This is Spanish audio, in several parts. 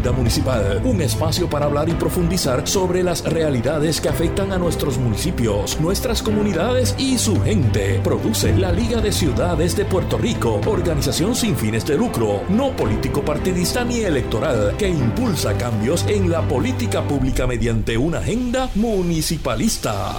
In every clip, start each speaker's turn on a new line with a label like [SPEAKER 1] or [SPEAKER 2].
[SPEAKER 1] Agenda Municipal, un espacio para hablar y profundizar sobre las realidades que afectan a nuestros municipios, nuestras comunidades y su gente. Produce la Liga de Ciudades de Puerto Rico, organización sin fines de lucro, no político partidista ni electoral, que impulsa cambios en la política pública mediante una agenda municipalista.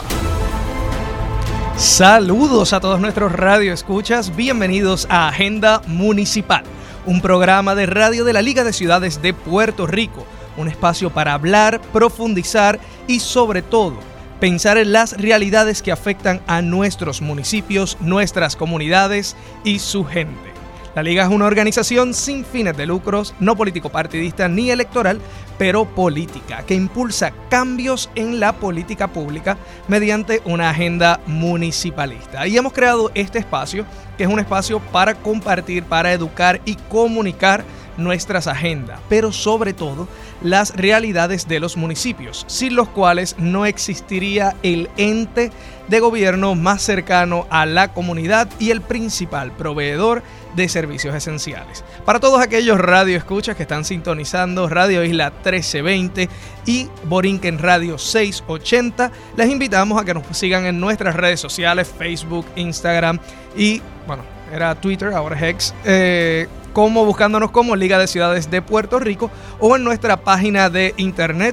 [SPEAKER 2] Saludos a todos nuestros radioescuchas, bienvenidos a Agenda Municipal, un programa de radio de la Liga de Ciudades de Puerto Rico, un espacio para hablar, profundizar y sobre todo pensar en las realidades que afectan a nuestros municipios, nuestras comunidades y su gente. La Liga es una organización sin fines de lucros, no político partidista ni electoral, pero política, que impulsa cambios en la política pública mediante una agenda municipalista. Y hemos creado este espacio, que es un espacio para compartir, para educar y comunicar nuestras agendas, pero sobre todo las realidades de los municipios, sin los cuales no existiría el ente de gobierno más cercano a la comunidad y el principal proveedor de servicios esenciales. Para todos aquellos radioescuchas que están sintonizando Radio Isla 1320 y Borinquen Radio 680, les invitamos a que nos sigan en nuestras redes sociales, Facebook, Instagram y, bueno, era Twitter, ahora es X, buscándonos como Liga de Ciudades de Puerto Rico, o en nuestra página de internet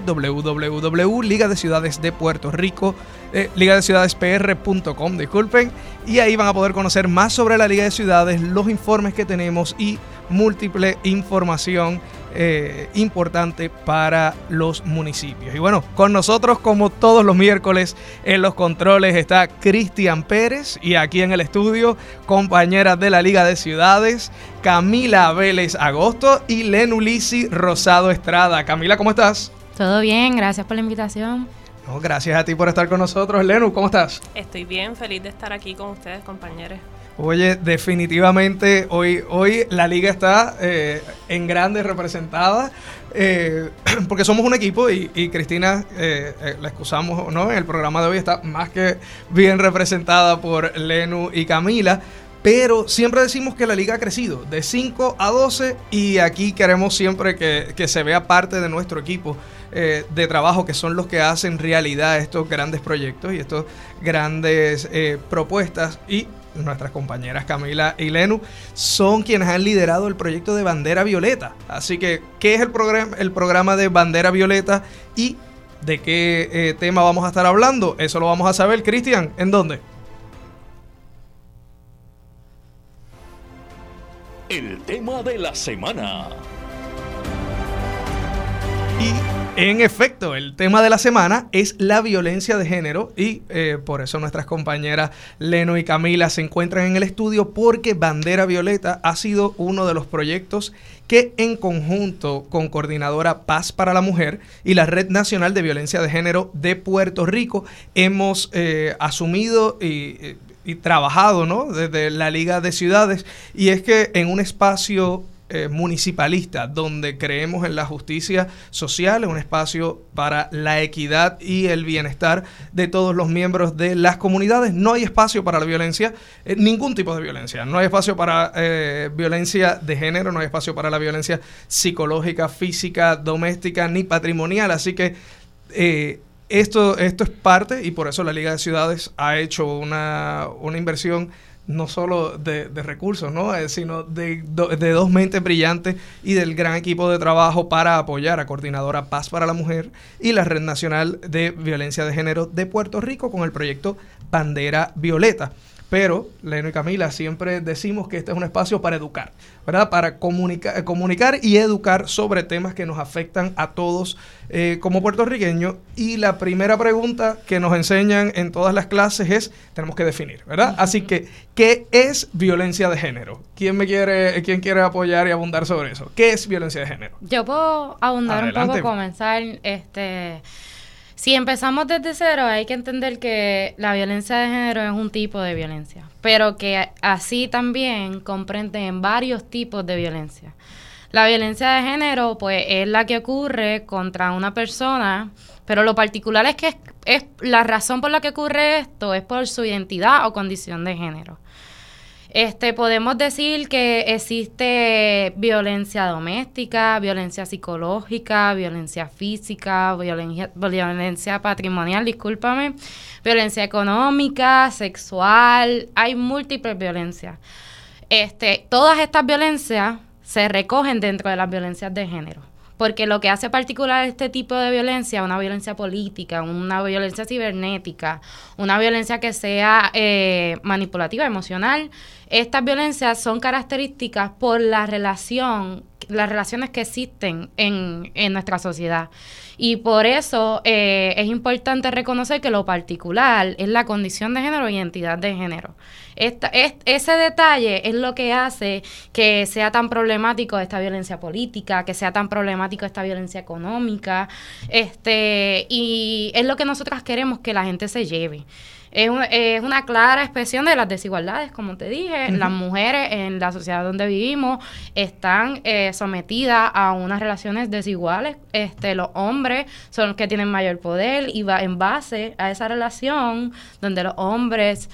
[SPEAKER 2] www.ligadeciudadesdepuertorico, ligadeciudadespr.com, disculpen, y ahí van a poder conocer más sobre la Liga de Ciudades, los informes que tenemos y múltiple información importante para los municipios. Y bueno, con nosotros como todos los miércoles en los controles está Cristian Pérez, y aquí en el estudio compañeras de la Liga de Ciudades, Camila Vélez Agosto y Lenulisi Rosado Estrada. Camila, ¿cómo estás?
[SPEAKER 3] Todo bien, gracias por la invitación.
[SPEAKER 2] No, gracias a ti por estar con nosotros. Lenu, ¿cómo estás?
[SPEAKER 4] Estoy bien, feliz de estar aquí con ustedes, compañeros.
[SPEAKER 2] Oye, definitivamente hoy la liga está en grande representada, porque somos un equipo y Cristina, la excusamos, ¿no? En el programa de hoy está más que bien representada por Lenu y Camila, pero siempre decimos que la liga ha crecido de 5 a 12 y aquí queremos siempre que se vea parte de nuestro equipo de trabajo, que son los que hacen realidad estos grandes proyectos y estos grandes propuestas, y nuestras compañeras Camila y Lenu son quienes han liderado el proyecto de Bandera Violeta. Así que, ¿qué es el programa de Bandera Violeta y de qué tema vamos a estar hablando? Eso lo vamos a saber, Cristian, ¿en dónde?
[SPEAKER 1] El tema de la semana.
[SPEAKER 2] Y en efecto, el tema de la semana es la violencia de género y por eso nuestras compañeras Lenu y Camila se encuentran en el estudio, porque Bandera Violeta ha sido uno de los proyectos que, en conjunto con Coordinadora Paz para la Mujer y la Red Nacional de Violencia de Género de Puerto Rico, hemos asumido y trabajado, ¿no?, desde la Liga de Ciudades, y es que en un espacio municipalista donde creemos en la justicia social, en un espacio para la equidad y el bienestar de todos los miembros de las comunidades, no hay espacio para la violencia, ningún tipo de violencia. No hay espacio para violencia de género, no hay espacio para la violencia psicológica, física, doméstica ni patrimonial. Así que esto es parte, y por eso la Liga de Ciudades ha hecho una inversión no solo de recursos, ¿no?, sino de dos mentes brillantes y del gran equipo de trabajo para apoyar a Coordinadora Paz para la Mujer y la Red Nacional de Violencia de Género de Puerto Rico con el proyecto Bandera Violeta. Pero, Leno y Camila, siempre decimos que este es un espacio para educar, ¿verdad? Para comunicar y educar sobre temas que nos afectan a todos como puertorriqueños. Y la primera pregunta que nos enseñan en todas las clases es, tenemos que definir, ¿verdad? Así que, ¿qué es violencia de género? ¿Quién quiere apoyar y abundar sobre eso? ¿Qué es violencia de género?
[SPEAKER 3] Yo puedo abundar
[SPEAKER 2] Adelante.
[SPEAKER 3] un poco, comenzar, Si empezamos desde cero, hay que entender que la violencia de género es un tipo de violencia, pero que así también comprenden varios tipos de violencia. La violencia de género, pues, es la que ocurre contra una persona, pero lo particular es que es la razón por la que ocurre esto es por su identidad o condición de género. Podemos decir que existe violencia doméstica, violencia psicológica, violencia física, violencia patrimonial, violencia económica, sexual, hay múltiples violencias. Todas estas violencias se recogen dentro de las violencias de género. Porque lo que hace particular este tipo de violencia, una violencia política, una violencia cibernética, una violencia que sea manipulativa, emocional, estas violencias son características por las relaciones que existen en nuestra sociedad. Y por eso es importante reconocer que lo particular es la condición de género y identidad de género. Ese detalle es lo que hace que sea tan problemático esta violencia política, que sea tan problemático esta violencia económica, y es lo que nosotras queremos que la gente se lleve. Es una clara expresión de las desigualdades, como te dije. Uh-huh. Las mujeres en la sociedad donde vivimos están sometidas a unas relaciones desiguales. Los hombres son los que tienen mayor poder y en base a esa relación donde los hombres...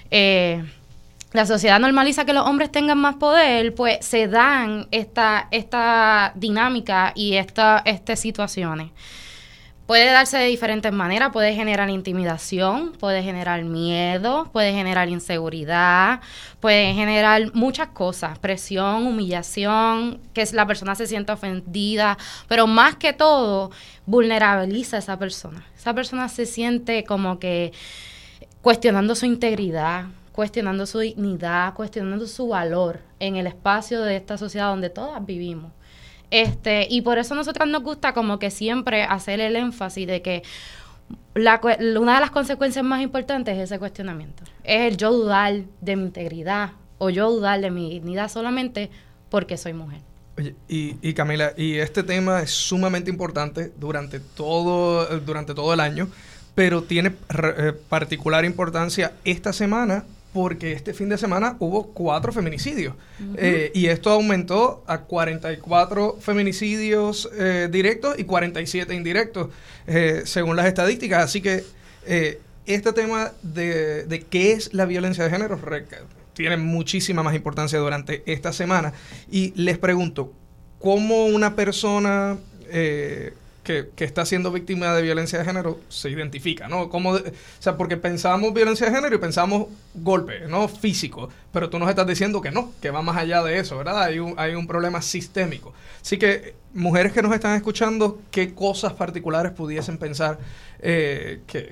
[SPEAKER 3] la sociedad normaliza que los hombres tengan más poder, pues se dan esta dinámica y estas situaciones. Puede darse de diferentes maneras, puede generar intimidación, puede generar miedo, puede generar inseguridad, puede generar muchas cosas, presión, humillación, que la persona se sienta ofendida, pero más que todo, vulnerabiliza a esa persona. Esa persona se siente como que cuestionando su integridad, cuestionando su dignidad, cuestionando su valor en el espacio de esta sociedad donde todas vivimos. Y por eso a nosotras nos gusta como que siempre hacer el énfasis de que una de las consecuencias más importantes es ese cuestionamiento. Es el yo dudar de mi integridad o yo dudar de mi dignidad solamente porque soy mujer.
[SPEAKER 2] Oye, y Camila, y este tema es sumamente importante durante todo el año, pero tiene particular importancia esta semana porque este fin de semana hubo 4 feminicidios. Uh-huh. Y esto aumentó a 44 feminicidios directos y 47 indirectos, según las estadísticas. Así que este tema de qué es la violencia de género tiene muchísima más importancia durante esta semana. Y les pregunto, ¿cómo una persona que está siendo víctima de violencia de género se identifica, ¿no? Porque pensamos violencia de género y pensamos golpe, ¿no? Físico, pero tú nos estás diciendo que no, que va más allá de eso, ¿verdad? Hay un problema sistémico. Así que, mujeres que nos están escuchando, ¿qué cosas particulares pudiesen pensar que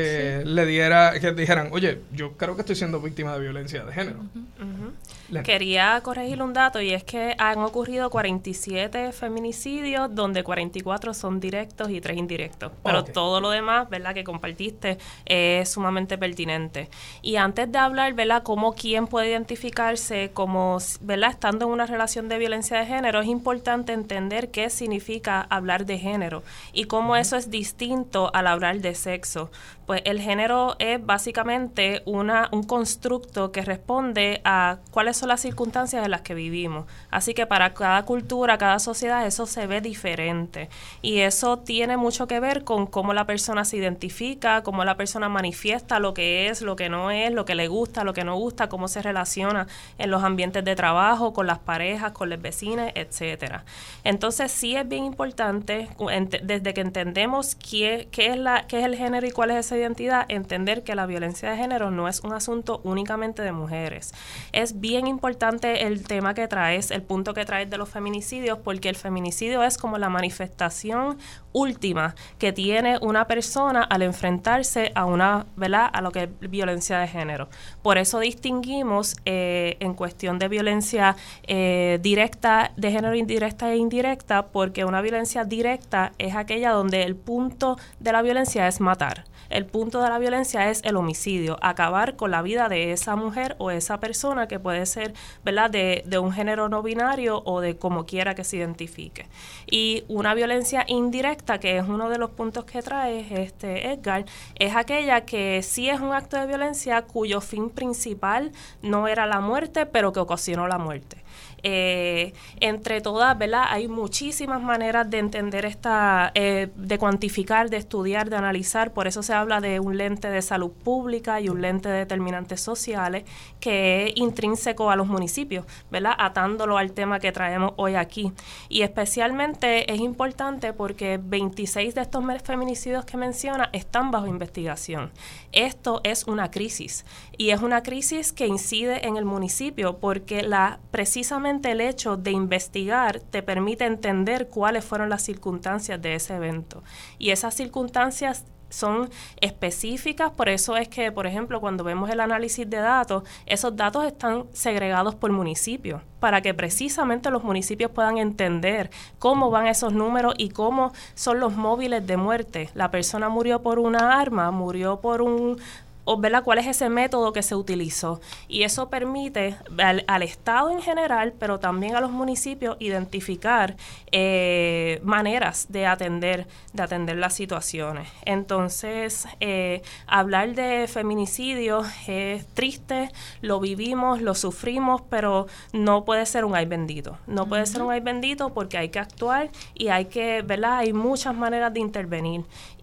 [SPEAKER 2] dijeran, oye, yo creo que estoy siendo víctima de violencia de género?
[SPEAKER 4] Uh-huh. Quería corregir un dato, y es que han ocurrido 47 feminicidios, donde 44 son directos y 3 indirectos. Pero todo lo demás, ¿verdad?, que compartiste es sumamente pertinente. Y antes de hablar, ¿verdad?, cómo quién puede identificarse como, ¿verdad?, estando en una relación de violencia de género, es importante entender qué significa hablar de género y cómo eso es distinto al hablar de sexo. Pues el género es básicamente un constructo que responde a cuáles son las circunstancias en las que vivimos. Así que para cada cultura, cada sociedad, eso se ve diferente. Y eso tiene mucho que ver con cómo la persona se identifica, cómo la persona manifiesta lo que es, lo que no es, lo que le gusta, lo que no gusta, cómo se relaciona en los ambientes de trabajo, con las parejas, con las vecinas, etcétera. Entonces sí es bien importante, desde que entendemos qué es el género y cuál es esa identidad, entender que la violencia de género no es un asunto únicamente de mujeres. Es bien importante el tema que traes, el punto que traes de los feminicidios, porque el feminicidio es como la manifestación última que tiene una persona al enfrentarse a ¿verdad?, a lo que es violencia de género. Por eso distinguimos en cuestión de violencia directa, de género indirecta e indirecta, porque una violencia directa es aquella donde el punto de la violencia es matar. El punto de la violencia es el homicidio, acabar con la vida de esa mujer o esa persona que puede ser, ¿verdad?, de un género no binario o de como quiera que se identifique. Y una violencia indirecta, que es uno de los puntos que trae Edgar, es aquella que sí es un acto de violencia cuyo fin principal no era la muerte, pero que ocasionó la muerte. Entre todas, ¿verdad? Hay muchísimas maneras de entender de cuantificar, de estudiar, de analizar. Por eso se habla de un lente de salud pública y un lente de determinantes sociales que es intrínseco a los municipios, ¿verdad? Atándolo al tema que traemos hoy aquí. Y especialmente es importante porque 26 de estos feminicidios que menciona están bajo investigación. Esto es una crisis y es una crisis que incide en el municipio porque precisamente el hecho de investigar te permite entender cuáles fueron las circunstancias de ese evento. Y esas circunstancias son específicas, por eso es que, por ejemplo, cuando vemos el análisis de datos, esos datos están segregados por municipio, para que precisamente los municipios puedan entender cómo van esos números y cómo son los móviles de muerte. La persona murió por una arma, murió por ¿verdad? ¿Cuál es ese método que se utilizó? Y eso permite al Estado en general, pero también a los municipios, identificar maneras de atender las situaciones. Entonces, hablar de feminicidio es triste, lo vivimos, lo sufrimos, pero no puede ser un ay bendito. No puede ser un ay bendito porque hay que actuar y hay que, ¿verdad? Hay muchas maneras de intervenir.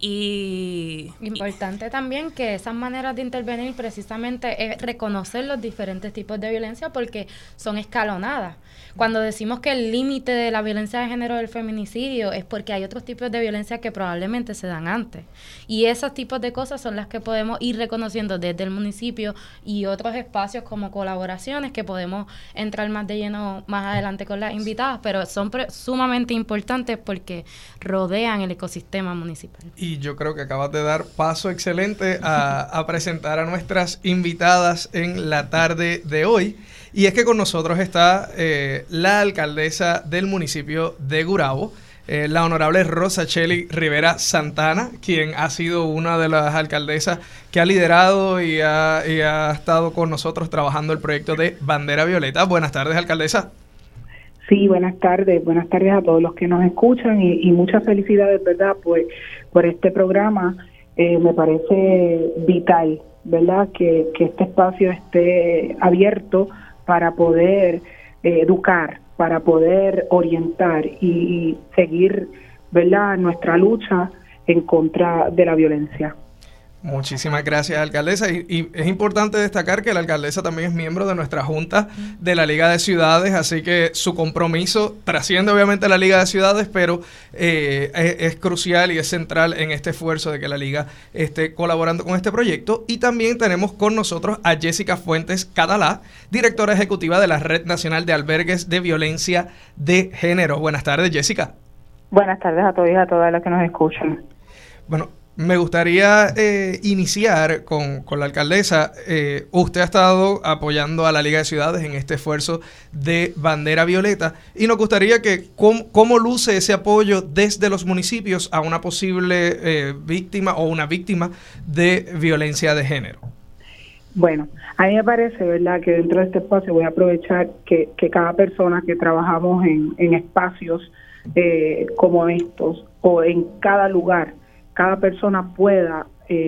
[SPEAKER 3] Importante también que esas maneras de intervenir precisamente es reconocer los diferentes tipos de violencia porque son escalonadas. Cuando decimos que el límite de la violencia de género del feminicidio es porque hay otros tipos de violencia que probablemente se dan antes. Y esos tipos de cosas son las que podemos ir reconociendo desde el municipio y otros espacios como colaboraciones que podemos entrar más de lleno más adelante con las invitadas, pero son sumamente importantes porque rodean el ecosistema municipal.
[SPEAKER 2] Y yo creo que acabas de dar paso excelente a presentar a nuestras invitadas en la tarde de hoy. Y es que con nosotros está la alcaldesa del municipio de Gurabo, la honorable Rosacheli Rivera Santana, quien ha sido una de las alcaldesas que ha liderado y ha estado con nosotros trabajando el proyecto de Bandera Violeta. Buenas tardes, alcaldesa.
[SPEAKER 5] Sí, buenas tardes a todos los que nos escuchan y muchas felicidades, ¿verdad? Pues por este programa me parece vital, ¿verdad? Que este espacio esté abierto para poder educar, para poder orientar y seguir, ¿verdad?, nuestra lucha en contra de la violencia.
[SPEAKER 2] Muchísimas gracias, alcaldesa. Y es importante destacar que la alcaldesa también es miembro de nuestra Junta de la Liga de Ciudades, así que su compromiso trasciende obviamente a la Liga de Ciudades, pero es crucial y es central en este esfuerzo de que la Liga esté colaborando con este proyecto. Y también tenemos con nosotros a Jessica Fuentes Catalá, directora ejecutiva de la Red Nacional de Albergues de Violencia de Género. Buenas tardes, Jessica.
[SPEAKER 5] Buenas tardes a todos y a todas las que nos escuchan.
[SPEAKER 2] Bueno, me gustaría iniciar con la alcaldesa. Usted ha estado apoyando a la Liga de Ciudades en este esfuerzo de Bandera Violeta y nos gustaría que cómo luce ese apoyo desde los municipios a una posible víctima o una víctima de violencia de género.
[SPEAKER 5] Bueno, a mí me parece, ¿verdad?, que dentro de este espacio voy a aprovechar que cada persona que trabajamos en espacios como estos o en cada lugar, cada persona pueda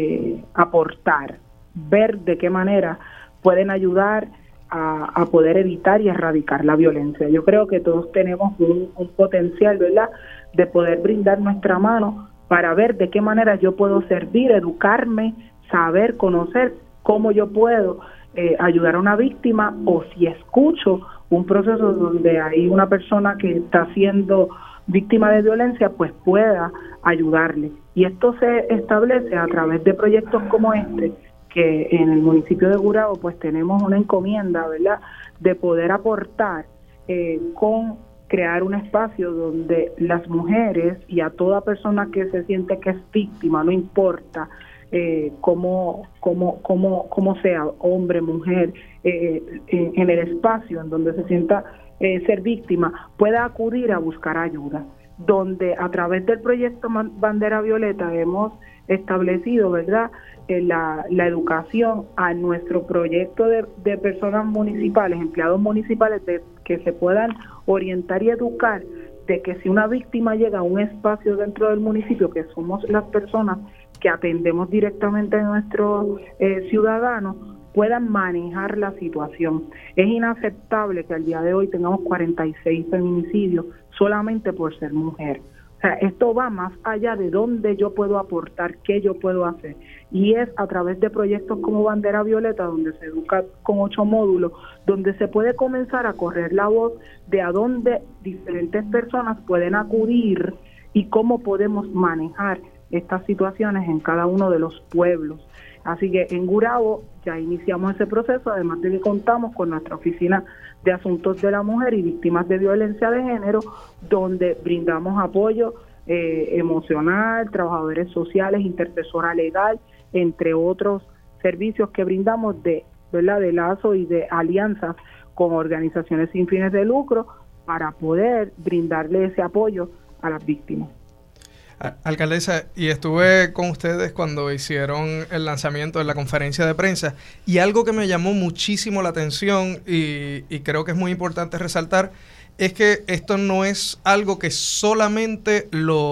[SPEAKER 5] aportar, ver de qué manera pueden ayudar a poder evitar y erradicar la violencia. Yo creo que todos tenemos un potencial, ¿verdad?, de poder brindar nuestra mano para ver de qué manera yo puedo servir, educarme, saber, conocer cómo yo puedo ayudar a una víctima, o si escucho un proceso donde hay una persona que está siendo víctima de violencia, pues pueda ayudarle. Y esto se establece a través de proyectos como este, que en el municipio de Gurabo pues tenemos una encomienda, ¿verdad?, de poder aportar con crear un espacio donde las mujeres y a toda persona que se siente que es víctima, no importa cómo sea, hombre, mujer, en el espacio en donde se sienta ser víctima, pueda acudir a buscar ayuda, donde a través del proyecto Bandera Violeta hemos establecido, ¿verdad?, la educación a nuestro proyecto de personas municipales, empleados municipales, de que se puedan orientar y educar de que si una víctima llega a un espacio dentro del municipio, que somos las personas que atendemos directamente a nuestros ciudadanos, puedan manejar la situación. Es inaceptable que al día de hoy tengamos 46 feminicidios solamente por ser mujer. O sea, esto va más allá de dónde yo puedo aportar, qué yo puedo hacer. Y es a través de proyectos como Bandera Violeta, donde se educa con 8 módulos, donde se puede comenzar a correr la voz de a dónde diferentes personas pueden acudir y cómo podemos manejar estas situaciones en cada uno de los pueblos. Así que en Gurabo ya iniciamos ese proceso, además de que contamos con nuestra Oficina de Asuntos de la Mujer y Víctimas de Violencia de Género, donde brindamos apoyo emocional, trabajadores sociales, intercesora legal, entre otros servicios que brindamos de lazo y de alianzas con organizaciones sin fines de lucro para poder brindarle ese apoyo a las víctimas.
[SPEAKER 2] Alcaldesa, y estuve con ustedes cuando hicieron el lanzamiento de la conferencia de prensa, y algo que me llamó muchísimo la atención y creo que es muy importante resaltar es que esto no es algo que solamente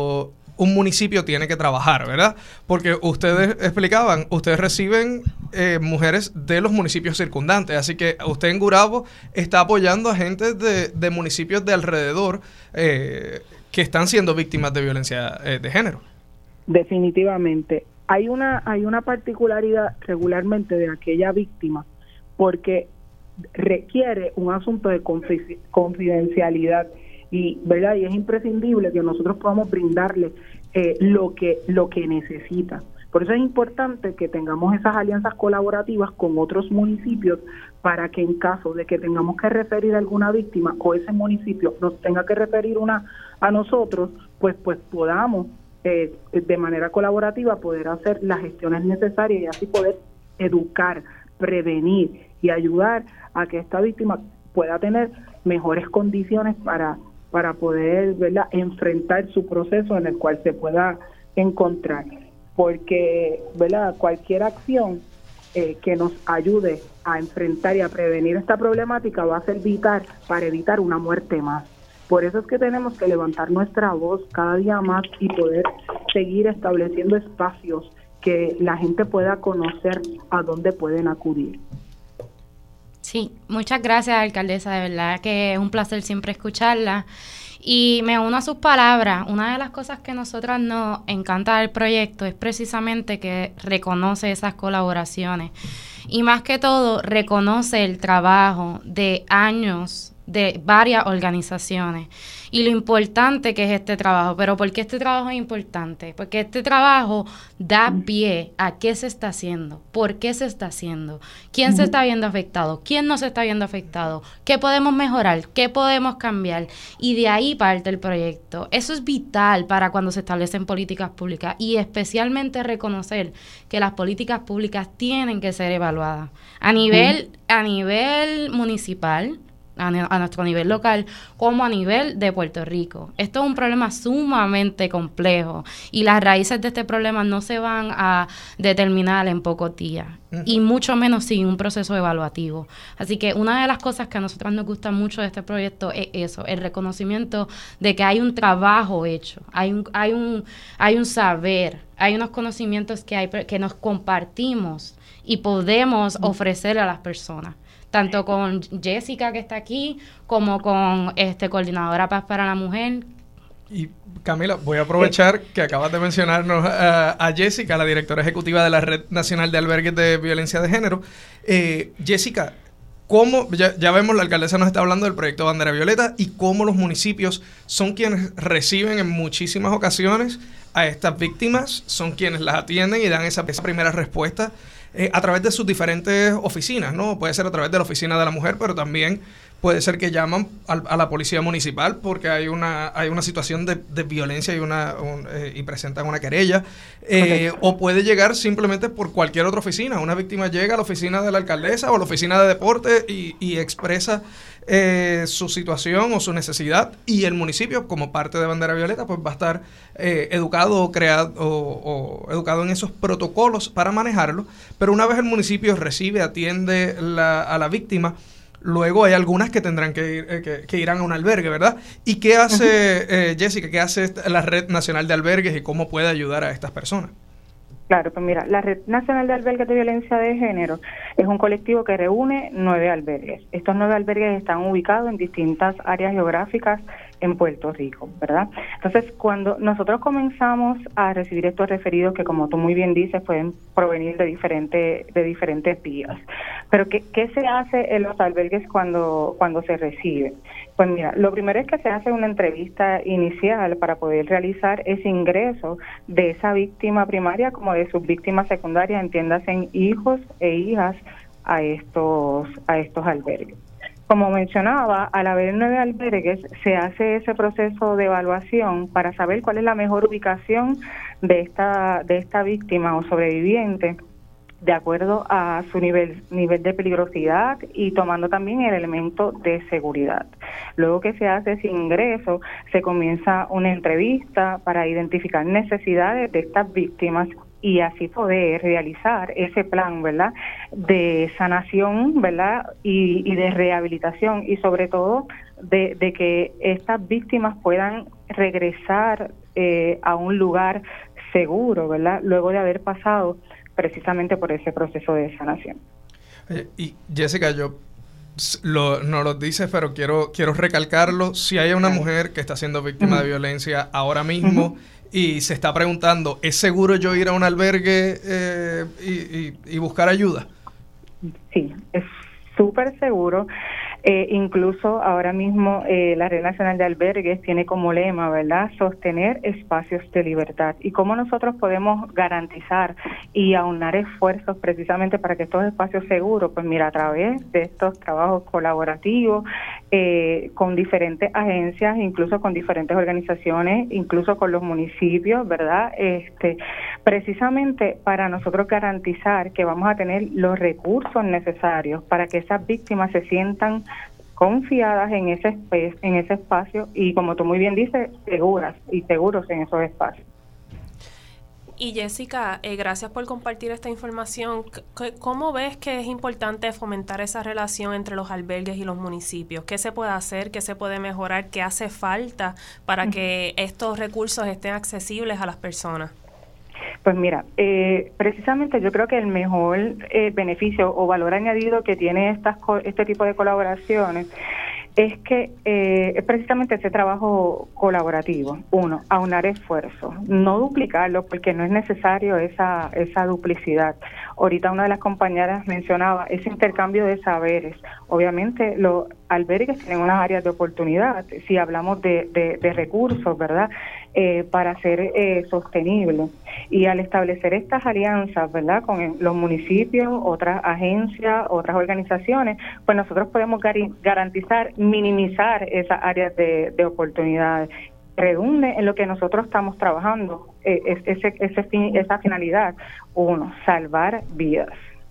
[SPEAKER 2] un municipio tiene que trabajar, ¿verdad? Porque ustedes explicaban, ustedes reciben mujeres de los municipios circundantes, así que usted en Gurabo está apoyando a gente de municipios de alrededor que están siendo víctimas de violencia de género.
[SPEAKER 5] Definitivamente. Hay una particularidad regularmente de aquella víctima porque requiere un asunto de confidencialidad y, ¿verdad? Y es imprescindible que nosotros podamos brindarle lo que necesita. Por eso es importante que tengamos esas alianzas colaborativas con otros municipios para que en caso de que tengamos que referir a alguna víctima o ese municipio nos tenga que referir una a nosotros, pues podamos de manera colaborativa poder hacer las gestiones necesarias y así poder educar, prevenir y ayudar a que esta víctima pueda tener mejores condiciones para poder, ¿verdad?, enfrentar su proceso en el cual se pueda encontrar. Porque, ¿verdad?, cualquier acción que nos ayude a enfrentar y a prevenir esta problemática va a ser vital para evitar una muerte más. Por eso es que tenemos que levantar nuestra voz cada día más y poder seguir estableciendo espacios que la gente pueda conocer a dónde pueden acudir.
[SPEAKER 3] Sí, muchas gracias, alcaldesa, de verdad que es un placer siempre escucharla. Y me uno a sus palabras. Una de las cosas que a nosotras nos encanta del proyecto es precisamente que reconoce esas colaboraciones. Y más que todo, reconoce el trabajo de años de varias organizaciones y lo importante que es este trabajo. Pero ¿por qué este trabajo es importante? Porque este trabajo da pie a qué se está haciendo, por qué se está haciendo, quién se está viendo afectado, quién no se está viendo afectado, qué podemos mejorar, qué podemos cambiar, y de ahí parte el proyecto. Eso es vital para cuando se establecen políticas públicas y especialmente reconocer que las políticas públicas tienen que ser evaluadas a nivel municipal, a nuestro nivel local, como a nivel de Puerto Rico. Esto es un problema sumamente complejo y las raíces de este problema no se van a determinar en pocos días y mucho menos sin un proceso evaluativo. Así que una de las cosas que a nosotros nos gusta mucho de este proyecto es eso, el reconocimiento de que hay un trabajo hecho, hay un saber, hay unos conocimientos que nos compartimos y podemos ofrecer a las personas. Tanto con Jessica, que está aquí, como con Coordinadora Paz para la Mujer.
[SPEAKER 2] Y Camila, voy a aprovechar que acabas de mencionarnos a Jessica, la directora ejecutiva de la Red Nacional de Albergues de Violencia de Género. Jessica, ¿cómo, ya vemos, la alcaldesa nos está hablando del proyecto Bandera Violeta y cómo los municipios son quienes reciben en muchísimas ocasiones a estas víctimas, son quienes las atienden y dan esa primera respuesta a través de sus diferentes oficinas, ¿no? Puede ser a través de la oficina de la mujer, pero también puede ser que llaman a la policía municipal porque hay una situación de violencia y presentan una querella, o puede llegar simplemente por cualquier otra oficina. Una víctima llega a la oficina de la alcaldesa o a la oficina de deporte y expresa su situación o su necesidad, y el municipio, como parte de Bandera Violeta, pues va a estar educado en esos protocolos para manejarlo. Pero una vez el municipio atiende a la víctima, luego hay algunas que tendrán que irán a un albergue, ¿verdad? ¿Y qué hace, Jessica, qué hace la Red Nacional de Albergues y cómo puede ayudar a estas personas?
[SPEAKER 5] Claro, pues mira, la Red Nacional de Albergues de Violencia de Género es un colectivo que reúne 9 albergues. Estos 9 albergues están ubicados en distintas áreas geográficas en Puerto Rico, ¿verdad? Entonces, cuando nosotros comenzamos a recibir estos referidos, que como tú muy bien dices, pueden provenir de diferentes vías. Pero, ¿qué se hace en los albergues cuando se recibe? Pues mira, lo primero es que se hace una entrevista inicial para poder realizar ese ingreso de esa víctima primaria como de sus víctimas secundarias, entiéndase en hijos e hijas a estos albergues. Como mencionaba, al haber 9 albergues, se hace ese proceso de evaluación para saber cuál es la mejor ubicación de esta víctima o sobreviviente, de acuerdo a su nivel de peligrosidad y tomando también el elemento de seguridad. Luego que se hace ese ingreso, se comienza una entrevista para identificar necesidades de estas víctimas y así poder realizar ese plan, ¿verdad?, de sanación, ¿verdad?, y de rehabilitación, y sobre todo de que estas víctimas puedan regresar a un lugar seguro, ¿verdad?, luego de haber pasado precisamente por ese proceso de sanación.
[SPEAKER 2] Y Jessica, no lo dices, pero quiero recalcarlo. Si hay una mujer que está siendo víctima de violencia ahora mismo y se está preguntando, ¿es seguro yo ir a un albergue y buscar ayuda?
[SPEAKER 5] Sí, es súper seguro. Incluso ahora mismo la Red Nacional de Albergues tiene como lema, ¿verdad?, sostener espacios de libertad. ¿Y cómo nosotros podemos garantizar y aunar esfuerzos precisamente para que estos espacios seguros? Pues mira, a través de estos trabajos colaborativos con diferentes agencias, incluso con diferentes organizaciones, incluso con los municipios, ¿verdad? Precisamente para nosotros garantizar que vamos a tener los recursos necesarios para que esas víctimas se sientan confiadas en ese espacio y, como tú muy bien dices, seguras y seguros en esos espacios.
[SPEAKER 4] Y Jessica, gracias por compartir esta información. ¿Cómo ves que es importante fomentar esa relación entre los albergues y los municipios? ¿Qué se puede hacer? ¿Qué se puede mejorar? ¿Qué hace falta para que estos recursos estén accesibles a las personas?
[SPEAKER 5] Pues mira, precisamente yo creo que el mejor beneficio o valor añadido que tiene este tipo de colaboraciones es que es precisamente ese trabajo colaborativo. Uno, aunar esfuerzos, no duplicarlo porque no es necesario esa duplicidad. Ahorita una de las compañeras mencionaba ese intercambio de saberes. Obviamente los albergues tienen unas áreas de oportunidad, si hablamos de recursos, ¿verdad?, para ser sostenible. Y al establecer estas alianzas, ¿verdad?, con los municipios, otras agencias, otras organizaciones, pues nosotros podemos garantizar, minimizar esas áreas de oportunidades. Redunde en lo que nosotros estamos trabajando, esa finalidad. Uno, salvar vidas.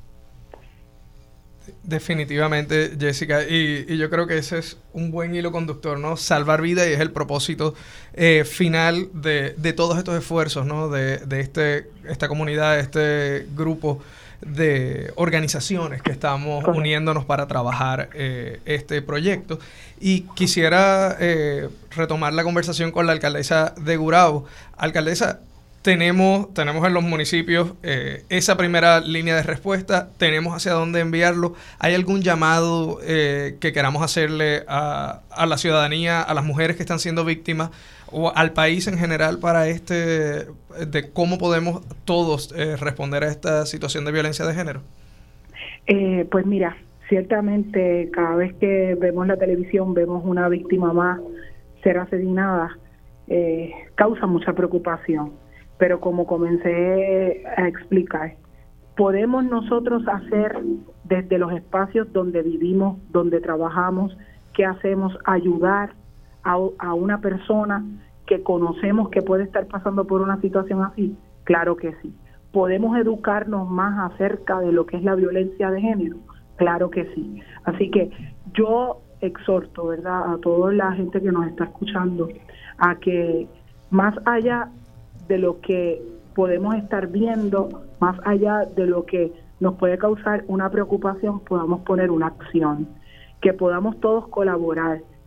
[SPEAKER 2] Definitivamente, Jessica, y yo creo que ese es un buen hilo conductor, ¿no? Salvar vidas, y es el propósito final de todos estos esfuerzos, ¿no? De esta comunidad, este grupo de organizaciones que estamos uniéndonos para trabajar este proyecto. Y quisiera retomar la conversación con la alcaldesa de Gurabo. Alcaldesa, tenemos en los municipios esa primera línea de respuesta, tenemos hacia dónde enviarlo. ¿Hay algún llamado que queramos hacerle a la ciudadanía, a las mujeres que están siendo víctimas o al país en general para de cómo podemos todos responder a esta situación de violencia de género?
[SPEAKER 5] Pues mira, ciertamente cada vez que vemos la televisión, vemos una víctima más ser asesinada, causa mucha preocupación. Pero como comencé a explicar, podemos nosotros hacer desde los espacios donde vivimos, donde trabajamos, ¿qué hacemos? Ayudar a una persona que conocemos que puede estar pasando por una situación así. Claro que sí. ¿Podemos educarnos más acerca de lo que es la violencia de género? Claro que sí. Así que yo exhorto, ¿verdad?, a toda la gente que nos está escuchando a que más allá de lo que podemos estar viendo, más allá de lo que nos puede causar una preocupación, podamos poner una acción, que podamos todos colaborar,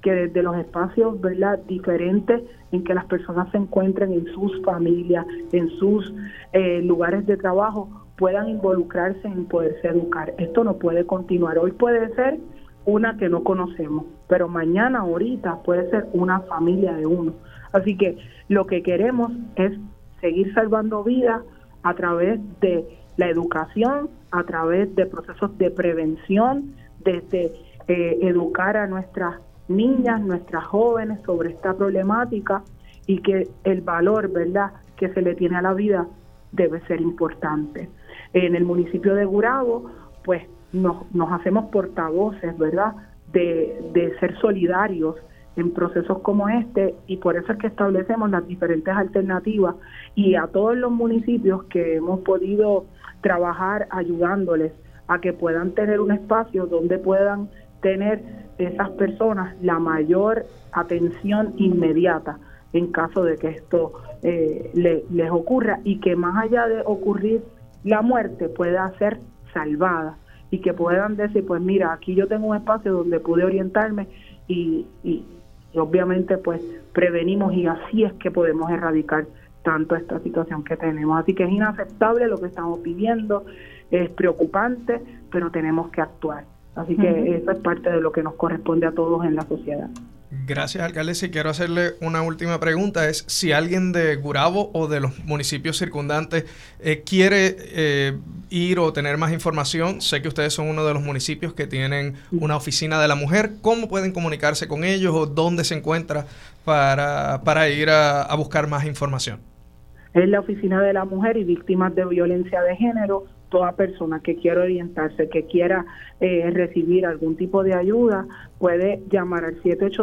[SPEAKER 5] que desde los espacios, ¿verdad?, diferentes en que las personas se encuentren en sus familias, en sus lugares de trabajo, puedan involucrarse en poderse educar. Esto no puede continuar. Hoy puede ser una que no conocemos, pero mañana, ahorita, puede ser una familia de uno. Así que lo que queremos es seguir salvando vidas a través de la educación, a través de procesos de prevención, desde educar a nuestras niñas, nuestras jóvenes sobre esta problemática, y que el valor, ¿verdad?, que se le tiene a la vida debe ser importante. En el municipio de Gurabo, pues nos hacemos portavoces, ¿verdad?, de ser solidarios en procesos como este, y por eso es que establecemos las diferentes alternativas, y a todos los municipios que hemos podido trabajar ayudándoles a que puedan tener un espacio donde puedan tener esas personas la mayor atención inmediata en caso de que esto les ocurra, y que más allá de ocurrir la muerte pueda ser salvada, y que puedan decir, pues mira, aquí yo tengo un espacio donde pude orientarme y obviamente pues prevenimos, y así es que podemos erradicar tanto esta situación que tenemos. Así que es inaceptable lo que estamos pidiendo, es preocupante, pero tenemos que actuar. Así que eso es parte de lo que nos corresponde a todos en la sociedad.
[SPEAKER 2] Gracias, alcalde. Si quiero hacerle una última pregunta, es si alguien de Gurabo o de los municipios circundantes quiere ir o tener más información. Sé que ustedes son uno de los municipios que tienen una oficina de la mujer. ¿Cómo pueden comunicarse con ellos o dónde se encuentra para ir a buscar más información?
[SPEAKER 5] Es la Oficina de la Mujer y Víctimas de Violencia de Género. Toda persona que quiera orientarse, que quiera recibir algún tipo de ayuda, puede llamar al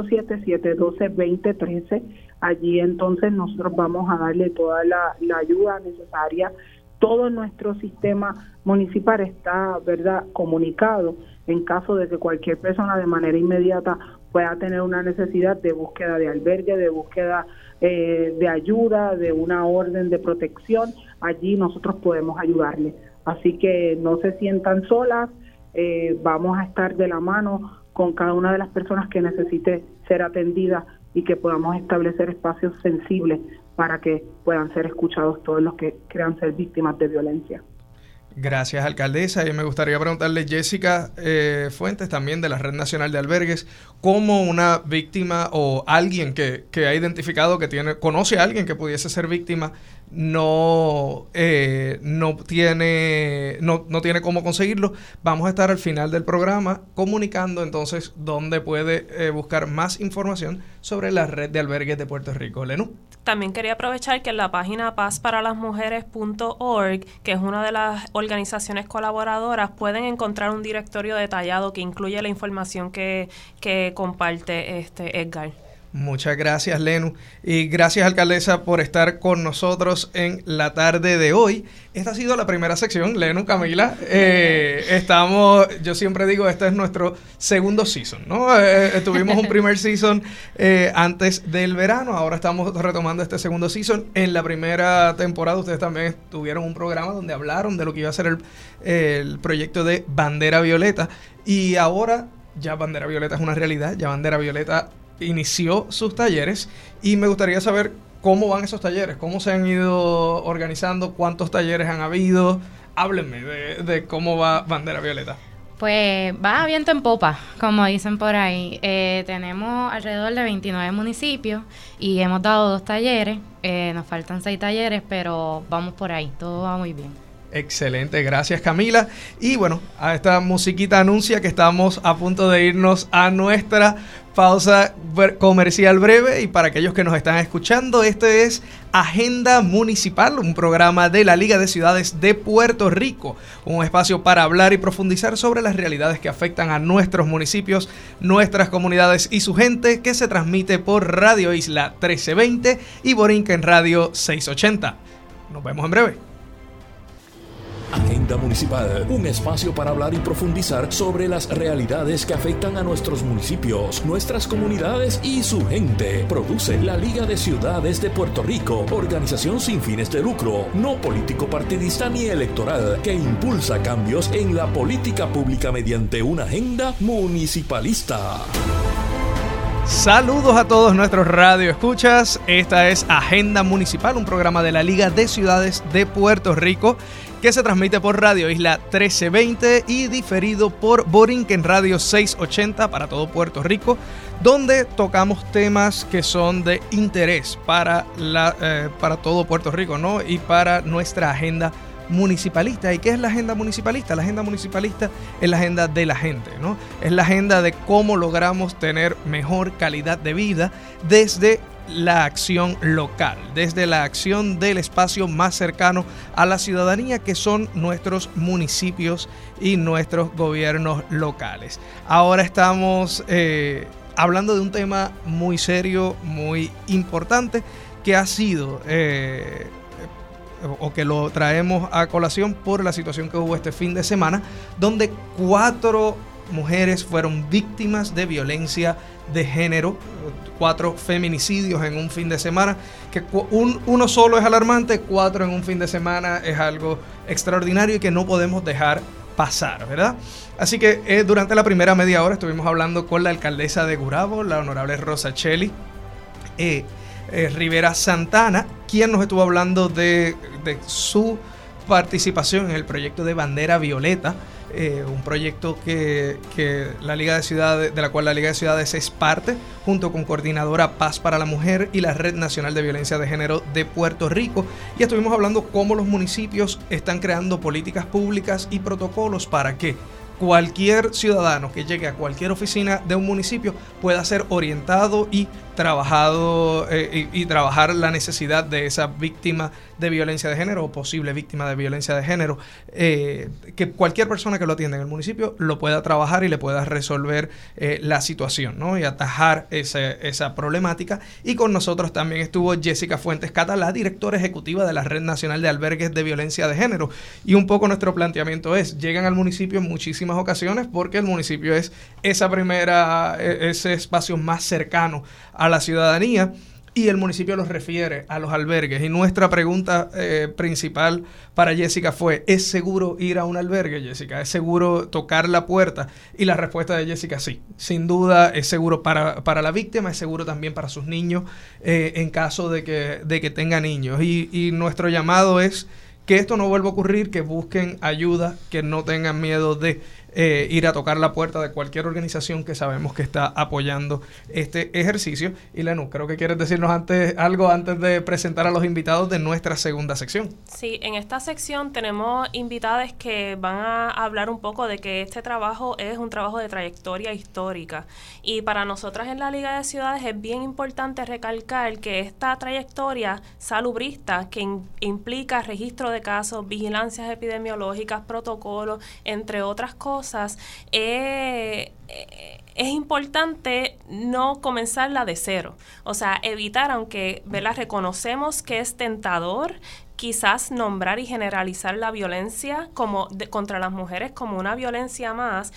[SPEAKER 5] 787-712-2013. Allí entonces nosotros vamos a darle toda la ayuda necesaria. Todo nuestro sistema municipal está, ¿verdad?, comunicado en caso de que cualquier persona de manera inmediata pueda tener una necesidad de búsqueda de albergue, de búsqueda de ayuda, de una orden de protección. Allí nosotros podemos ayudarle. Así que no se sientan solas, vamos a estar de la mano con cada una de las personas que necesite ser atendida, y que podamos establecer espacios sensibles para que puedan ser escuchados todos los que crean ser víctimas de violencia.
[SPEAKER 2] Gracias, alcaldesa. Y me gustaría preguntarle, Jessica Fuentes, también de la Red Nacional de Albergues, ¿cómo una víctima o alguien que ha identificado que conoce a alguien que pudiese ser víctima no tiene cómo conseguirlo? Vamos a estar al final del programa comunicando entonces dónde puede buscar más información sobre la Red de Albergues de Puerto Rico. Lenú.
[SPEAKER 4] También quería aprovechar que en la página pazparalasmujeres.org, que es una de las organizaciones colaboradoras, pueden encontrar un directorio detallado que incluye la información que comparte Edgar.
[SPEAKER 2] Muchas gracias, Lenu. Y gracias, alcaldesa, por estar con nosotros en la tarde de hoy. Esta ha sido la primera sección, Lenu, Camila. Yo siempre digo, este es nuestro segundo season, ¿no? Tuvimos un primer season antes del verano, ahora estamos retomando este segundo season. En la primera temporada ustedes también tuvieron un programa donde hablaron de lo que iba a ser el proyecto de Bandera Violeta. Y ahora ya Bandera Violeta es una realidad, ya Bandera Violeta inició sus talleres, y me gustaría saber cómo van esos talleres, cómo se han ido organizando, cuántos talleres han habido. Háblenme de cómo va Bandera Violeta.
[SPEAKER 3] Pues va viento en popa, como dicen por ahí. Tenemos alrededor de 29 municipios y hemos dado 2 talleres. Nos faltan 6 talleres, pero vamos por ahí, todo va muy bien.
[SPEAKER 2] Excelente, gracias, Camila. Y bueno, a esta musiquita anuncia que estamos a punto de irnos a nuestra pausa comercial breve. Y para aquellos que nos están escuchando, este es Agenda Municipal, un programa de la Liga de Ciudades de Puerto Rico, un espacio para hablar y profundizar sobre las realidades que afectan a nuestros municipios, nuestras comunidades y su gente, que se transmite por Radio Isla 1320 y Borinquen Radio 680. Nos vemos en breve.
[SPEAKER 1] Agenda Municipal, un espacio para hablar y profundizar sobre las realidades que afectan a nuestros municipios, nuestras comunidades y su gente. Produce la Liga de Ciudades de Puerto Rico, organización sin fines de lucro, no político partidista ni electoral, que impulsa cambios en la política pública mediante una agenda municipalista.
[SPEAKER 2] Saludos a todos nuestros radioescuchas. Esta es Agenda Municipal, un programa de la Liga de Ciudades de Puerto Rico que se transmite por Radio Isla 1320 y diferido por Borinquen Radio 680 para todo Puerto Rico, donde tocamos temas que son de interés para todo Puerto Rico, ¿no? Y para nuestra agenda municipalista. ¿Y qué es la agenda municipalista? La agenda municipalista es la agenda de la gente, ¿no? Es la agenda de cómo logramos tener mejor calidad de vida desde la acción local, desde la acción del espacio más cercano a la ciudadanía, que son nuestros municipios y nuestros gobiernos locales. Ahora estamos hablando de un tema muy serio, muy importante, que ha sido o que lo traemos a colación por la situación que hubo este fin de semana, donde 4 mujeres fueron víctimas de violencia de género, 4 feminicidios en un fin de semana, que uno solo es alarmante, 4 en un fin de semana es algo extraordinario y que no podemos dejar pasar, ¿verdad? Así que durante la primera media hora estuvimos hablando con la alcaldesa de Gurabo, la honorable Rosacheli Rivera Santana, quien nos estuvo hablando de su participación en el proyecto de Bandera Violeta, un proyecto que la Liga de Ciudades, de la cual la Liga de Ciudades es parte, junto con Coordinadora Paz para la Mujer y la Red Nacional de Violencia de Género de Puerto Rico. Y estuvimos hablando cómo los municipios están creando políticas públicas y protocolos para que cualquier ciudadano que llegue a cualquier oficina de un municipio pueda ser orientado y trabajado y trabajar la necesidad de esa víctima de violencia de género o posible víctima de violencia de género, que cualquier persona que lo atienda en el municipio lo pueda trabajar y le pueda resolver la situación, ¿no? Y atajar esa problemática. Y con nosotros también estuvo Jessica Fuentes Cata, la directora ejecutiva de la Red Nacional de Albergues de Violencia de Género. Y un poco nuestro planteamiento es, llegan al municipio en muchísimas ocasiones porque el municipio es ese espacio más cercano a la ciudadanía, y el municipio los refiere a los albergues. Y nuestra pregunta principal para Jessica fue, ¿es seguro ir a un albergue, Jessica? ¿Es seguro tocar la puerta? Y la respuesta de Jessica, sí. Sin duda es seguro para la víctima, es seguro también para sus niños, en caso de que tenga niños. Y nuestro llamado es que esto no vuelva a ocurrir, que busquen ayuda, que no tengan miedo de ir a tocar la puerta de cualquier organización que sabemos que está apoyando este ejercicio. Y Lenu, creo que quieres decirnos algo antes de presentar a los invitados de nuestra segunda sección.
[SPEAKER 4] Sí, en esta sección tenemos invitados que van a hablar un poco de que este trabajo es un trabajo de trayectoria histórica, y para nosotras en la Liga de Ciudades es bien importante recalcar que esta trayectoria salubrista, que implica registro de casos, vigilancias epidemiológicas, protocolos, entre otras cosas, es importante no comenzarla de cero. O sea, evitar, aunque reconocemos que es tentador, quizás nombrar y generalizar la violencia contra las mujeres como una violencia más,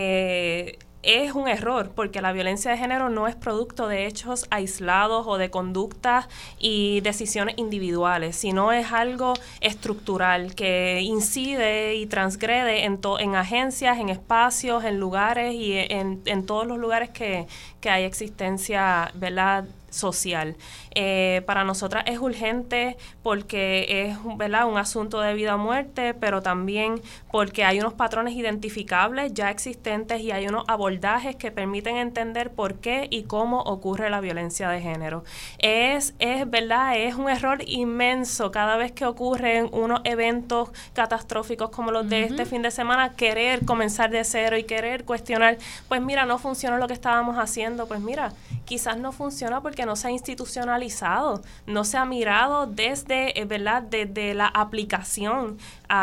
[SPEAKER 4] es un error, porque la violencia de género no es producto de hechos aislados o de conductas y decisiones individuales, sino es algo estructural que incide y transgrede en agencias, en espacios, en lugares y en todos los lugares que hay existencia, ¿verdad?, social. Para nosotras es urgente porque es, ¿verdad?, un asunto de vida o muerte, pero también porque hay unos patrones identificables ya existentes y hay unos abordajes que permiten entender por qué y cómo ocurre la violencia de género. ¿Verdad?, es un error inmenso cada vez que ocurren unos eventos catastróficos como los de este fin de semana, querer comenzar de cero y querer cuestionar, pues mira, no funcionó lo que estábamos haciendo. Pues mira, quizás no funciona porque no se ha institucionalizado, no se ha mirado desde, ¿verdad?, desde la aplicación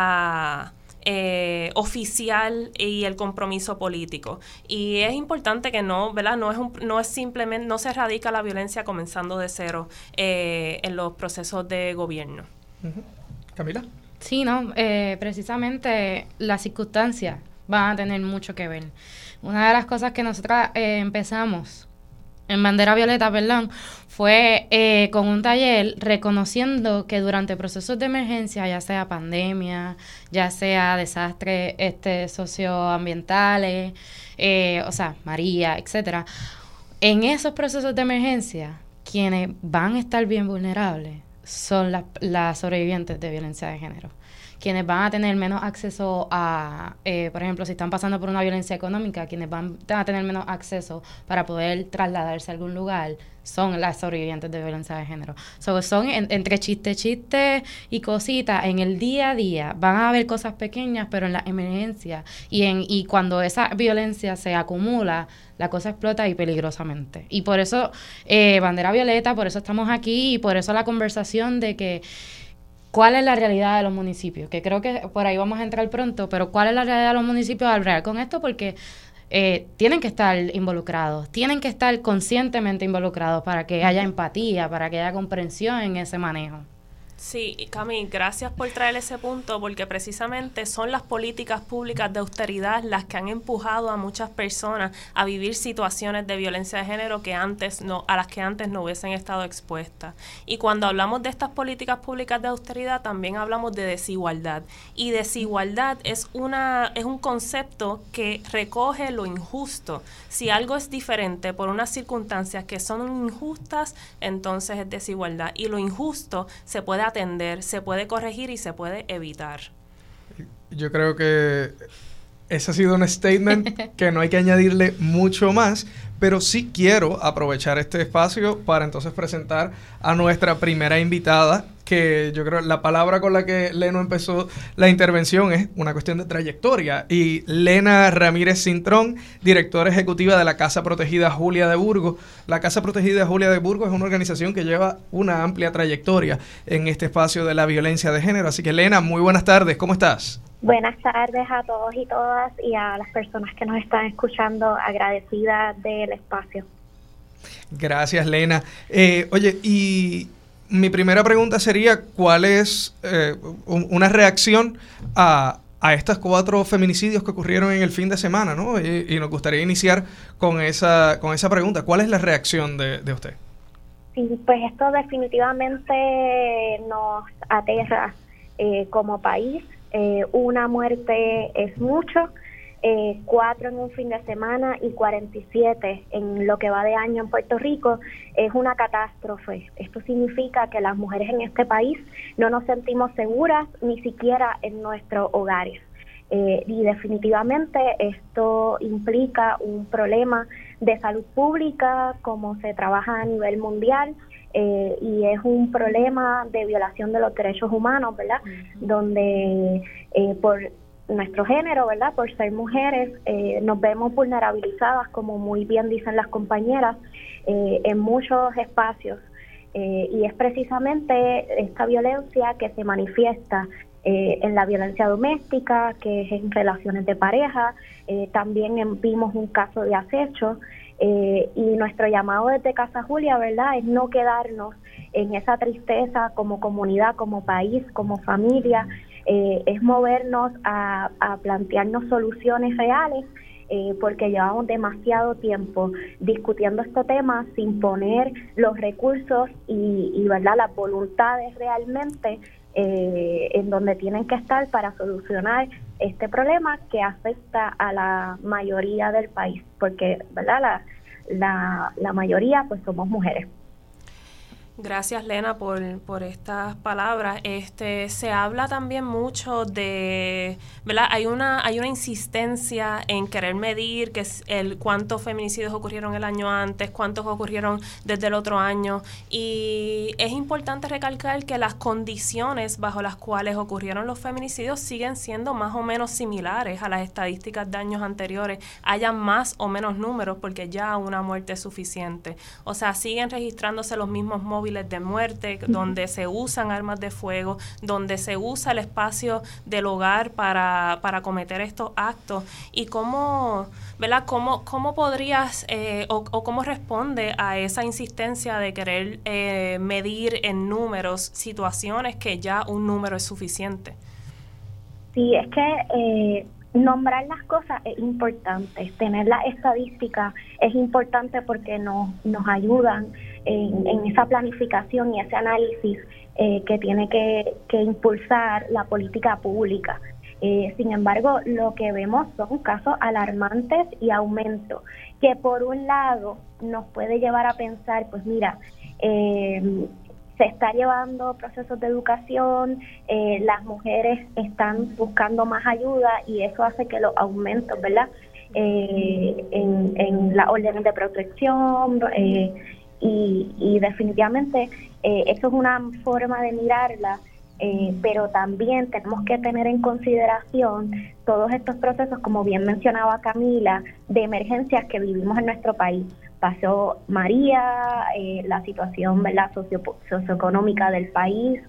[SPEAKER 4] oficial y el compromiso político. Y es importante que no, ¿verdad?, no es simplemente, no se erradica la violencia comenzando de cero en los procesos de gobierno.
[SPEAKER 2] Camila.
[SPEAKER 3] Sí, no, precisamente las circunstancias van a tener mucho que ver. Una de las cosas que nosotras empezamos en Bandera Violeta, fue con un taller reconociendo que durante procesos de emergencia, ya sea pandemia, ya sea desastres socioambientales, María, etcétera, en esos procesos de emergencia, quienes van a estar bien vulnerables son las sobrevivientes de violencia de género. Quienes van a tener menos acceso a, por ejemplo, si están pasando por una violencia económica, quienes van a tener menos acceso para poder trasladarse a algún lugar son las sobrevivientes de violencia de género. Son entre chiste y cositas, en el día a día van a haber cosas pequeñas, pero en la emergencia y cuando esa violencia se acumula, la cosa explota y peligrosamente. Y por eso, Bandera Violeta, por eso estamos aquí y por eso la conversación de que ¿cuál es la realidad de los municipios? Que creo que por ahí vamos a entrar pronto, pero ¿cuál es la realidad de los municipios al bregar con esto? Porque tienen que estar involucrados, tienen que estar conscientemente involucrados para que haya empatía, para que haya comprensión en ese manejo.
[SPEAKER 4] Sí, Cami, gracias por traer ese punto, porque precisamente son las políticas públicas de austeridad las que han empujado a muchas personas a vivir situaciones de violencia de género a las que antes no hubiesen estado expuestas. Y cuando hablamos de estas políticas públicas de austeridad, también hablamos de desigualdad. Y desigualdad es un concepto que recoge lo injusto. Si algo es diferente por unas circunstancias que son injustas, entonces es desigualdad. Y lo injusto se puede atender, se puede corregir y se puede evitar.
[SPEAKER 2] Yo creo que ese ha sido un statement que no hay que añadirle mucho más, pero sí quiero aprovechar este espacio para entonces presentar a nuestra primera invitada, que yo creo la palabra con la que Leno empezó la intervención es una cuestión de trayectoria. Y Lena Ramírez Cintrón, directora ejecutiva de la Casa Protegida Julia de Burgos. La Casa Protegida Julia de Burgos es una organización que lleva una amplia trayectoria en este espacio de la violencia de género. Así que, Lena, muy buenas tardes, ¿cómo estás?
[SPEAKER 6] Buenas tardes a todos y todas y a las personas que nos están escuchando, agradecida del espacio.
[SPEAKER 2] Gracias, Lena. Oye, y mi primera pregunta sería, ¿cuál es una reacción a estos 4 feminicidios que ocurrieron en el fin de semana, ¿no? Y nos gustaría iniciar con esa pregunta. ¿Cuál es la reacción de usted?
[SPEAKER 6] Sí, pues esto definitivamente nos aterra como país. Una muerte es mucho, 4 en un fin de semana y 47 en lo que va de año en Puerto Rico es una catástrofe. Esto significa que las mujeres en este país no nos sentimos seguras ni siquiera en nuestros hogares. Y definitivamente esto implica un problema de salud pública como se trabaja a nivel mundial. Y es un problema de violación de los derechos humanos, ¿verdad? Uh-huh. Donde por nuestro género, ¿verdad? Por ser mujeres, nos vemos vulnerabilizadas, como muy bien dicen las compañeras, en muchos espacios. Y es precisamente esta violencia que se manifiesta en la violencia doméstica, que es en relaciones de pareja. También vimos un caso de acecho. Y nuestro llamado desde Casa Julia, ¿verdad?, es no quedarnos en esa tristeza como comunidad, como país, como familia, es movernos a plantearnos soluciones reales, porque llevamos demasiado tiempo discutiendo este tema sin poner los recursos y ¿verdad?, las voluntades realmente en donde tienen que estar para solucionar este problema que afecta a la mayoría del país, porque ¿verdad?, la mayoría pues somos mujeres.
[SPEAKER 4] Gracias, Lena, por estas palabras. Se habla también mucho de, ¿verdad? Hay una insistencia en querer medir que es cuántos feminicidios ocurrieron el año antes, cuántos ocurrieron desde el otro año, y es importante recalcar que las condiciones bajo las cuales ocurrieron los feminicidios siguen siendo más o menos similares a las estadísticas de años anteriores, haya más o menos números, porque ya una muerte es suficiente. O sea, siguen registrándose los mismos móviles de muerte, donde se usan armas de fuego, donde se usa el espacio del hogar para cometer estos actos. Y cómo, ¿verdad?, cómo podrías o cómo responde a esa insistencia de querer medir en números situaciones que ya un número es suficiente.
[SPEAKER 6] Sí, es que nombrar las cosas es importante, tener la estadística es importante porque nos ayudan en esa planificación y ese análisis que tiene que impulsar la política pública. Sin embargo, lo que vemos son casos alarmantes y aumento, que por un lado nos puede llevar a pensar, pues mira, se está llevando procesos de educación, las mujeres están buscando más ayuda y eso hace que los aumentos, ¿verdad?, en las órdenes de protección y definitivamente eso es una forma de mirarla, pero también tenemos que tener en consideración todos estos procesos, como bien mencionaba Camila, de emergencias que vivimos en nuestro país. Pasó María, la situación, ¿verdad?, socioeconómica del país,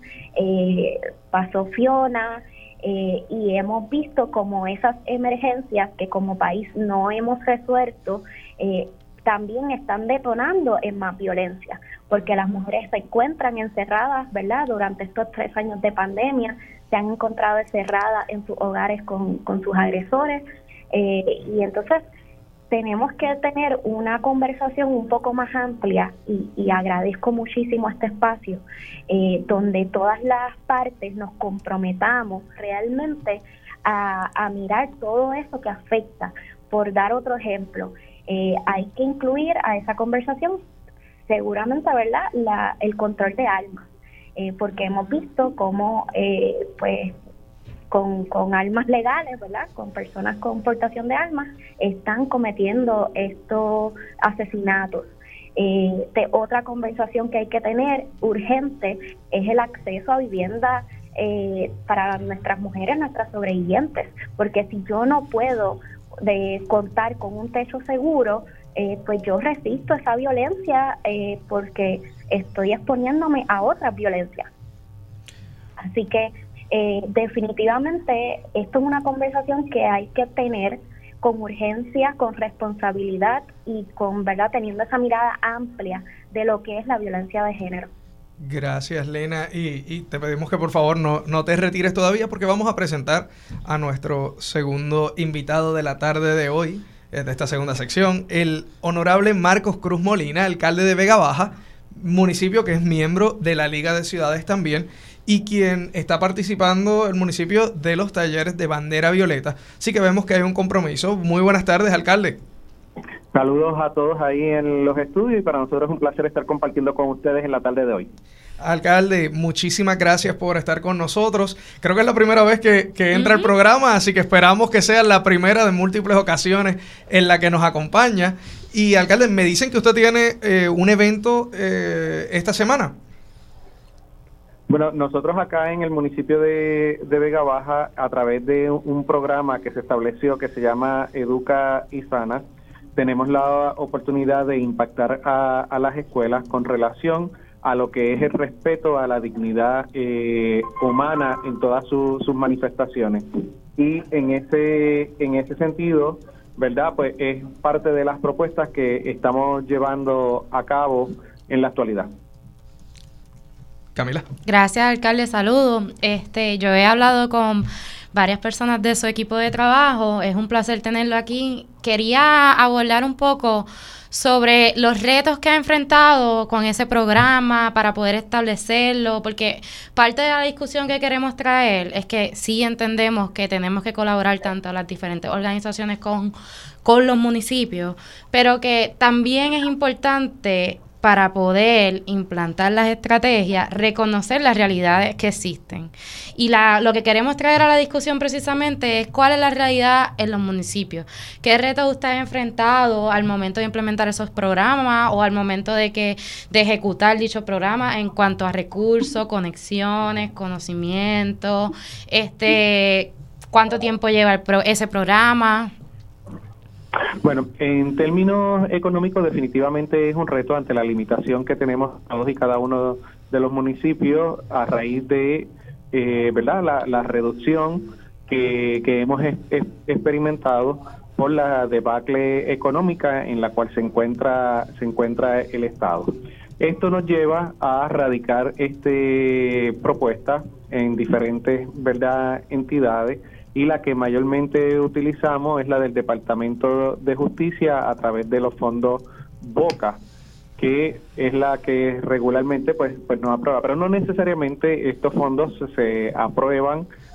[SPEAKER 6] pasó Fiona, y hemos visto como esas emergencias que como país no hemos resuelto, también están detonando en más violencia, porque las mujeres se encuentran encerradas, ¿verdad?, durante estos 3 años de pandemia, se han encontrado encerradas en sus hogares con sus agresores, y entonces tenemos que tener una conversación un poco más amplia y agradezco muchísimo este espacio donde todas las partes nos comprometamos realmente a mirar todo eso que afecta. Por dar otro ejemplo, hay que incluir a esa conversación seguramente, ¿verdad?, el control de armas, porque hemos visto cómo pues con armas legales, ¿verdad?, con personas con portación de armas, están cometiendo estos asesinatos. Otra conversación que hay que tener urgente es el acceso a vivienda para nuestras mujeres, nuestras sobrevivientes, porque si yo no puedo contar con un techo seguro, pues yo resisto esa violencia porque estoy exponiéndome a otras violencias. Así que definitivamente esto es una conversación que hay que tener con urgencia, con responsabilidad y con, ¿verdad?, teniendo esa mirada amplia de lo que es la violencia de género.
[SPEAKER 2] Gracias, Lena, y te pedimos que por favor no te retires todavía porque vamos a presentar a nuestro segundo invitado de la tarde de hoy, de esta segunda sección, el honorable Marcos Cruz Molina, alcalde de Vega Baja, municipio que es miembro de la Liga de Ciudades también, y quien está participando el municipio de los talleres de bandera violeta. Así que vemos que hay un compromiso. Muy buenas tardes, alcalde.
[SPEAKER 7] Saludos a todos ahí en los estudios y para nosotros es un placer estar compartiendo con ustedes en la tarde de hoy.
[SPEAKER 2] Alcalde, muchísimas gracias por estar con nosotros. Creo que es la primera vez que entra el programa, así que esperamos que sea la primera de múltiples ocasiones en la que nos acompaña. Y alcalde, me dicen que usted tiene un evento esta semana.
[SPEAKER 7] Bueno, nosotros acá en el municipio de Vega Baja, a través de un programa que se estableció que se llama Educa y Sana, tenemos la oportunidad de impactar a las escuelas con relación a lo que es el respeto a la dignidad humana en todas sus manifestaciones. Y en ese sentido, ¿verdad?, pues es parte de las propuestas que estamos llevando a cabo en la actualidad.
[SPEAKER 2] Camila.
[SPEAKER 3] Gracias, alcalde, saludos. Yo he hablado con varias personas de su equipo de trabajo, es un placer tenerlo aquí. Quería abordar un poco sobre los retos que ha enfrentado con ese programa para poder establecerlo, porque parte de la discusión que queremos traer es que sí entendemos que tenemos que colaborar tanto las diferentes organizaciones con los municipios, pero que también es importante para poder implantar las estrategias, reconocer las realidades que existen. Y lo que queremos traer a la discusión precisamente es cuál es la realidad en los municipios. ¿Qué retos usted ha enfrentado al momento de implementar esos programas o al momento de ejecutar dichos programas en cuanto a recursos, conexiones, conocimiento? ¿Cuánto tiempo lleva ese programa?
[SPEAKER 7] Bueno, en términos económicos definitivamente es un reto ante la limitación que tenemos todos y cada uno de los municipios a raíz de ¿verdad?, la reducción que hemos experimentado por la debacle económica en la cual se encuentra el Estado. Esto nos lleva a radicar propuestas en diferentes, ¿verdad?, entidades, y la que mayormente utilizamos es la del Departamento de Justicia a través de los fondos BOCA, que es la que regularmente pues nos aprueba, pero no necesariamente estos fondos se aprueban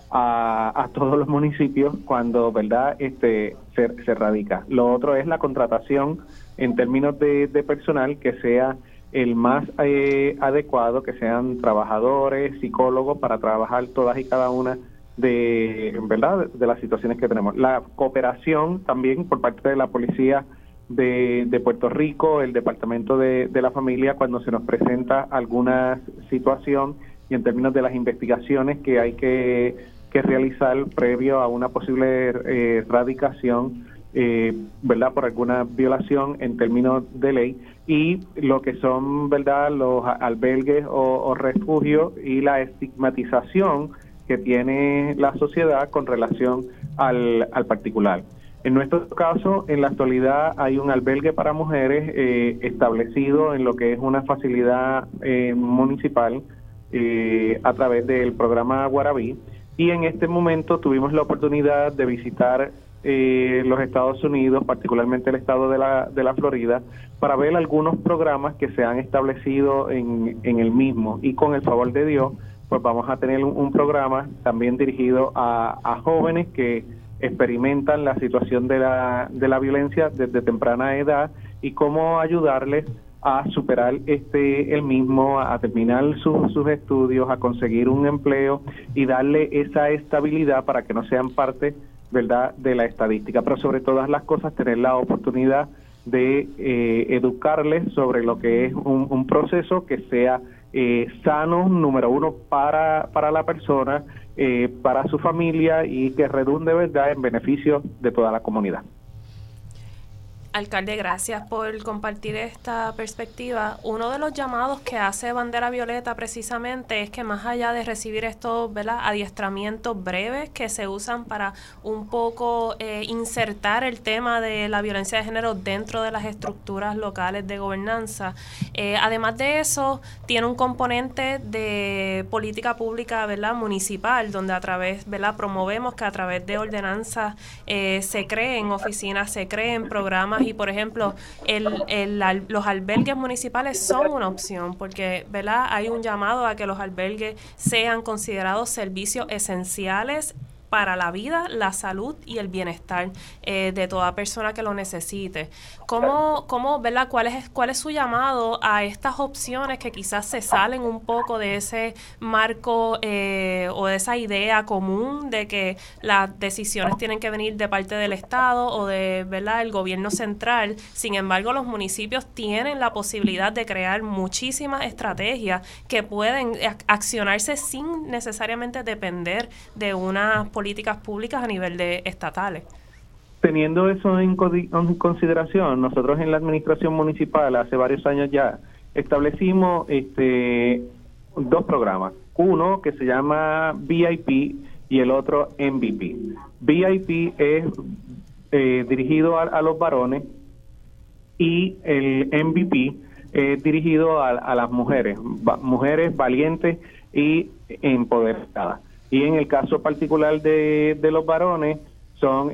[SPEAKER 7] a todos los municipios cuando, ¿verdad?, se radica. Lo otro es la contratación en términos de personal que sea el más adecuado, que sean trabajadores, psicólogos, para trabajar todas y cada una de las situaciones que tenemos. La cooperación también por parte de la Policía de Puerto Rico, el Departamento de la Familia, cuando se nos presenta alguna situación y en términos de las investigaciones que hay que realizar previo a una posible radicación, ¿verdad?, por alguna violación en términos de ley, y lo que son, ¿verdad?, los albergues o refugios y la estigmatización que tiene la sociedad con relación al particular. En nuestro caso, en la actualidad hay un albergue para mujeres establecido en lo que es una facilidad municipal a través del programa Guarabí, y en este momento tuvimos la oportunidad de visitar los Estados Unidos, particularmente el estado de la Florida, para ver algunos programas que se han establecido en el mismo, y con el favor de Dios, pues vamos a tener un programa también dirigido a jóvenes que experimentan la situación de la violencia desde temprana edad, y cómo ayudarles a superar el mismo, a terminar sus estudios, a conseguir un empleo y darle esa estabilidad para que no sean parte, ¿verdad?, de la estadística. Pero sobre todas las cosas, tener la oportunidad de educarles sobre lo que es un proceso que sea sano, número uno, para la persona, para su familia, y que redunde, ¿verdad?, en beneficio de toda la comunidad.
[SPEAKER 4] Alcalde, gracias por compartir esta perspectiva. Uno de los llamados que hace Bandera Violeta precisamente es que, más allá de recibir estos, ¿verdad?, adiestramientos breves que se usan para un poco insertar el tema de la violencia de género dentro de las estructuras locales de gobernanza, además de eso, tiene un componente de política pública, ¿verdad?, municipal, donde a través, ¿verdad?, promovemos que a través de ordenanzas se creen oficinas, se creen programas, y por ejemplo los albergues municipales son una opción, porque, ¿verdad?, hay un llamado a que los albergues sean considerados servicios esenciales para la vida, la salud y el bienestar de toda persona que lo necesite. ¿Cómo, ¿verdad?, cuál es su llamado a estas opciones que quizás se salen un poco de ese marco o de esa idea común de que las decisiones tienen que venir de parte del Estado o de, ¿verdad?, el gobierno central? Sin embargo, los municipios tienen la posibilidad de crear muchísimas estrategias que pueden accionarse sin necesariamente depender de unas políticas públicas a nivel de estatales.
[SPEAKER 7] Teniendo eso en consideración, nosotros en la administración municipal hace varios años ya establecimos dos programas. Uno que se llama VIP y el otro MVP. VIP es dirigido a los varones, y el MVP es dirigido a las mujeres valientes y empoderadas. Y en el caso particular de los varones, son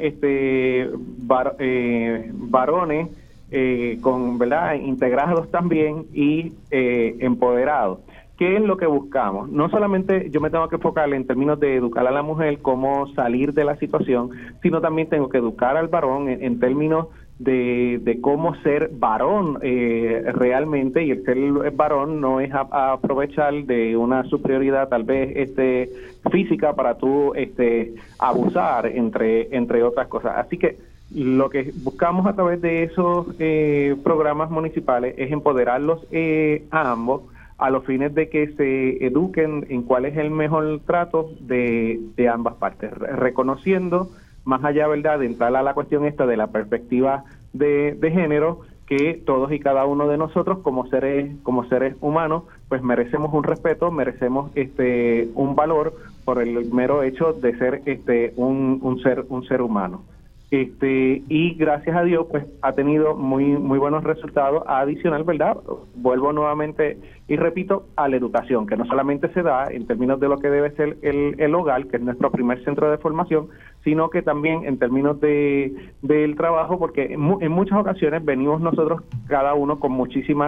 [SPEAKER 7] varones con, ¿verdad?, integrados también y empoderados. ¿Qué es lo que buscamos? No solamente yo me tengo que enfocar en términos de educar a la mujer cómo salir de la situación, sino también tengo que educar al varón en términos de cómo ser varón realmente, y el ser varón no es aprovechar de una superioridad tal vez física para tú abusar, entre otras cosas. Así que lo que buscamos a través de esos programas municipales es empoderarlos a ambos, a los fines de que se eduquen en cuál es el mejor trato de ambas partes, reconociendo, más allá, ¿verdad?, de entrar a la cuestión de la perspectiva de género, que todos y cada uno de nosotros como seres humanos, pues merecemos un respeto, merecemos un valor por el mero hecho de ser un ser humano. Y gracias a Dios, pues ha tenido muy buenos resultados. Adicional, ¿verdad?, vuelvo nuevamente y repito, a la educación, que no solamente se da en términos de lo que debe ser el hogar, que es nuestro primer centro de formación, sino que también en términos del trabajo, porque en muchas ocasiones venimos nosotros cada uno con muchísimas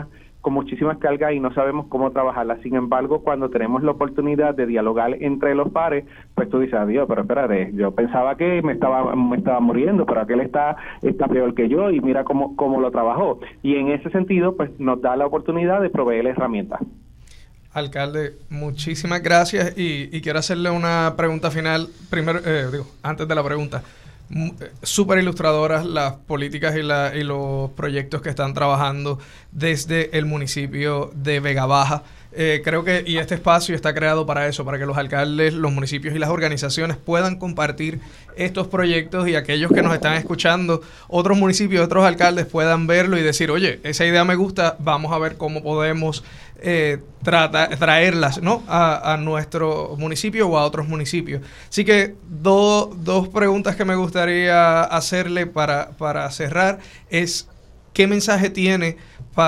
[SPEAKER 7] muchísimas cargas y no sabemos cómo trabajarlas. Sin embargo, cuando tenemos la oportunidad de dialogar entre los pares, pues tú dices, adiós, pero espérate, yo pensaba que me estaba muriendo, pero aquel está peor que yo y mira cómo lo trabajó. Y en ese sentido, pues nos da la oportunidad de proveerle herramientas.
[SPEAKER 2] Alcalde, muchísimas gracias y quiero hacerle una pregunta final, primero, antes de la pregunta. Súper ilustradoras las políticas y los proyectos que están trabajando desde el municipio de Vega Baja. Creo que y este espacio está creado para eso, para que los alcaldes, los municipios y las organizaciones puedan compartir estos proyectos y aquellos que nos están escuchando, otros municipios, otros alcaldes puedan verlo y decir, oye, esa idea me gusta, vamos a ver cómo podemos traerlas, ¿no?, a nuestro municipio o a otros municipios. Así que dos preguntas que me gustaría hacerle para cerrar es, ¿qué mensaje tiene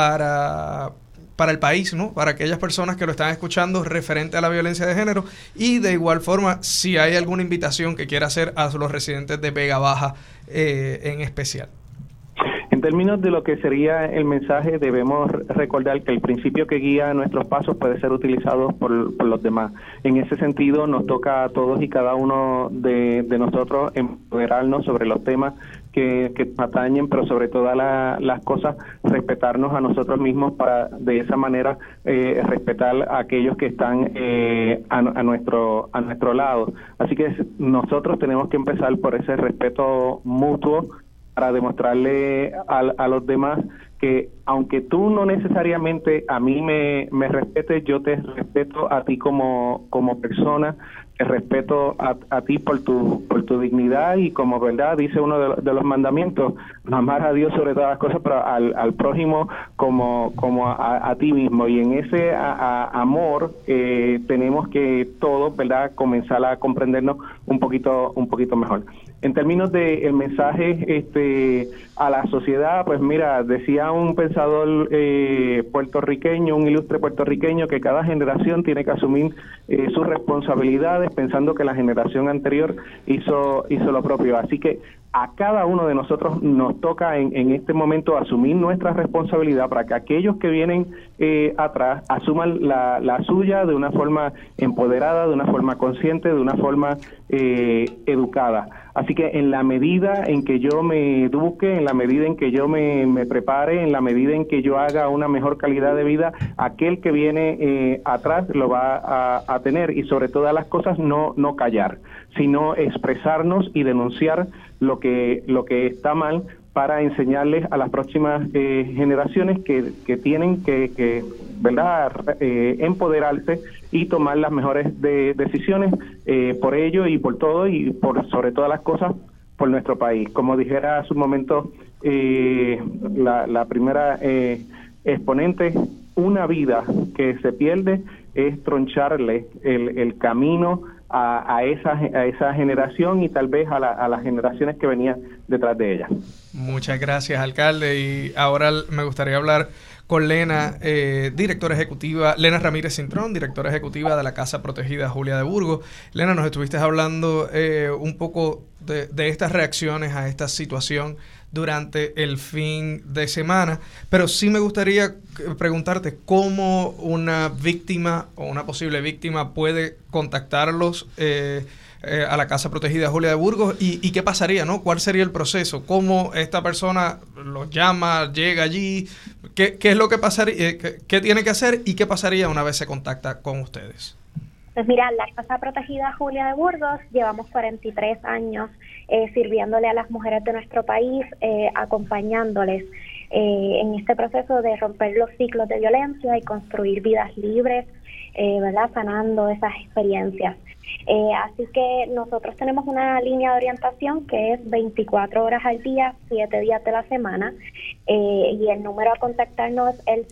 [SPEAKER 2] para el país, ¿no?, para aquellas personas que lo están escuchando referente a la violencia de género? Y de igual forma, si hay alguna invitación que quiera hacer a los residentes de Vega Baja en especial.
[SPEAKER 7] En términos de lo que sería el mensaje, debemos recordar que el principio que guía nuestros pasos puede ser utilizado por los demás. En ese sentido, nos toca a todos y cada uno de nosotros empoderarnos sobre los temas que atañen, pero sobre todas las cosas, respetarnos a nosotros mismos para de esa manera respetar a aquellos que están a nuestro lado. Así que nosotros tenemos que empezar por ese respeto mutuo, para demostrarle a los demás que aunque tú no necesariamente a mí me respetes, yo te respeto a ti como persona, te respeto a ti por tu dignidad y como verdad dice uno de los mandamientos, amar a Dios sobre todas las cosas, pero al prójimo como a ti mismo. Y en ese amor tenemos que todos, ¿verdad?, comenzar a comprendernos un poquito mejor. En términos de el mensaje a la sociedad, pues mira, decía un pensador puertorriqueño, un ilustre puertorriqueño, que cada generación tiene que asumir sus responsabilidades pensando que la generación anterior hizo lo propio. Así que a cada uno de nosotros nos toca en este momento asumir nuestra responsabilidad para que aquellos que vienen atrás asuman la suya de una forma empoderada, de una forma consciente, de una forma educada. Así que en la medida en que yo me eduque, en la medida en que yo me prepare, en la medida en que yo haga una mejor calidad de vida, aquel que viene atrás lo va a tener. Y sobre todas las cosas no callar, sino expresarnos y denunciar lo que está mal para enseñarles a las próximas generaciones que tienen que ¿verdad?, empoderarse y tomar las mejores decisiones por ello y por todo y por sobre todas las cosas por nuestro país. Como dijera hace un momento la primera exponente, una vida que se pierde es troncharle el camino a esa generación y tal vez a las generaciones que venían detrás de ella.
[SPEAKER 2] Muchas gracias, alcalde. Y ahora me gustaría hablar con Lena, directora ejecutiva, Lena Ramírez Cintrón, directora ejecutiva de la Casa Protegida Julia de Burgos. Lena, nos estuviste hablando un poco de estas reacciones a esta situación durante el fin de semana, pero sí me gustaría preguntarte cómo una víctima o una posible víctima puede contactarlos a la Casa Protegida Julia de Burgos y qué pasaría, ¿no? ¿Cuál sería el proceso? ¿Cómo esta persona los llama, llega allí? ¿Qué es lo que pasaría? ¿Qué tiene que hacer y qué pasaría una vez se contacta con ustedes?
[SPEAKER 6] Pues mira, la Casa Protegida Julia de Burgos llevamos 43 años sirviéndole a las mujeres de nuestro país, acompañándoles en este proceso de romper los ciclos de violencia y construir vidas libres, ¿verdad?, sanando esas experiencias. Así que nosotros tenemos una línea de orientación que es 24 horas al día, 7 días de la semana, y el número a contactarnos es el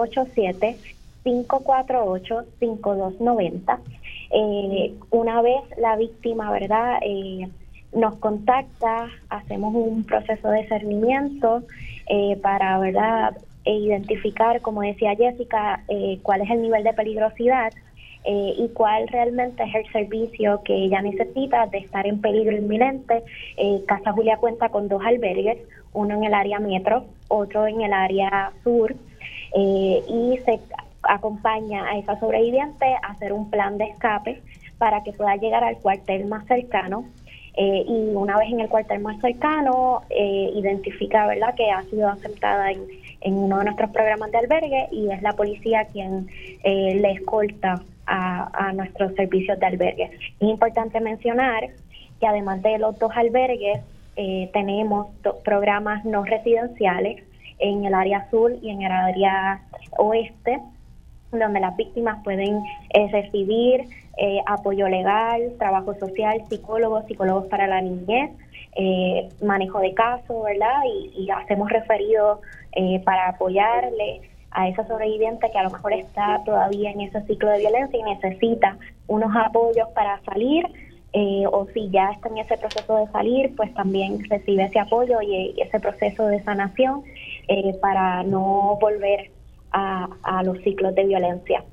[SPEAKER 6] 787-548-5290. Una vez la víctima, ¿verdad?, nos contacta, hacemos un proceso de discernimiento para, ¿verdad?, identificar, como decía Jessica, cuál es el nivel de peligrosidad y cuál realmente es el servicio que ella necesita de estar en peligro inminente. Casa Julia cuenta con 2 albergues, uno en el área metro, otro en el área sur. y se acompaña a esa sobreviviente a hacer un plan de escape para que pueda llegar al cuartel más cercano. Y una vez en el cuartel más cercano, identifica, ¿verdad?, que ha sido aceptada en uno de nuestros programas de albergue, y es la policía quien le escolta a nuestros servicios de albergue. Es importante mencionar que además de los 2 albergues, tenemos 2 programas no residenciales en el área sur y en el área oeste, donde las víctimas pueden recibir apoyo legal, trabajo social, psicólogos para la niñez, manejo de casos, ¿verdad? Y hacemos referidos para apoyarle a esa sobreviviente que a lo mejor está todavía en ese ciclo de violencia y necesita unos apoyos para salir, o si ya está en ese proceso de salir, pues también recibe ese apoyo y ese proceso de sanación para no volver a los ciclos de violencia.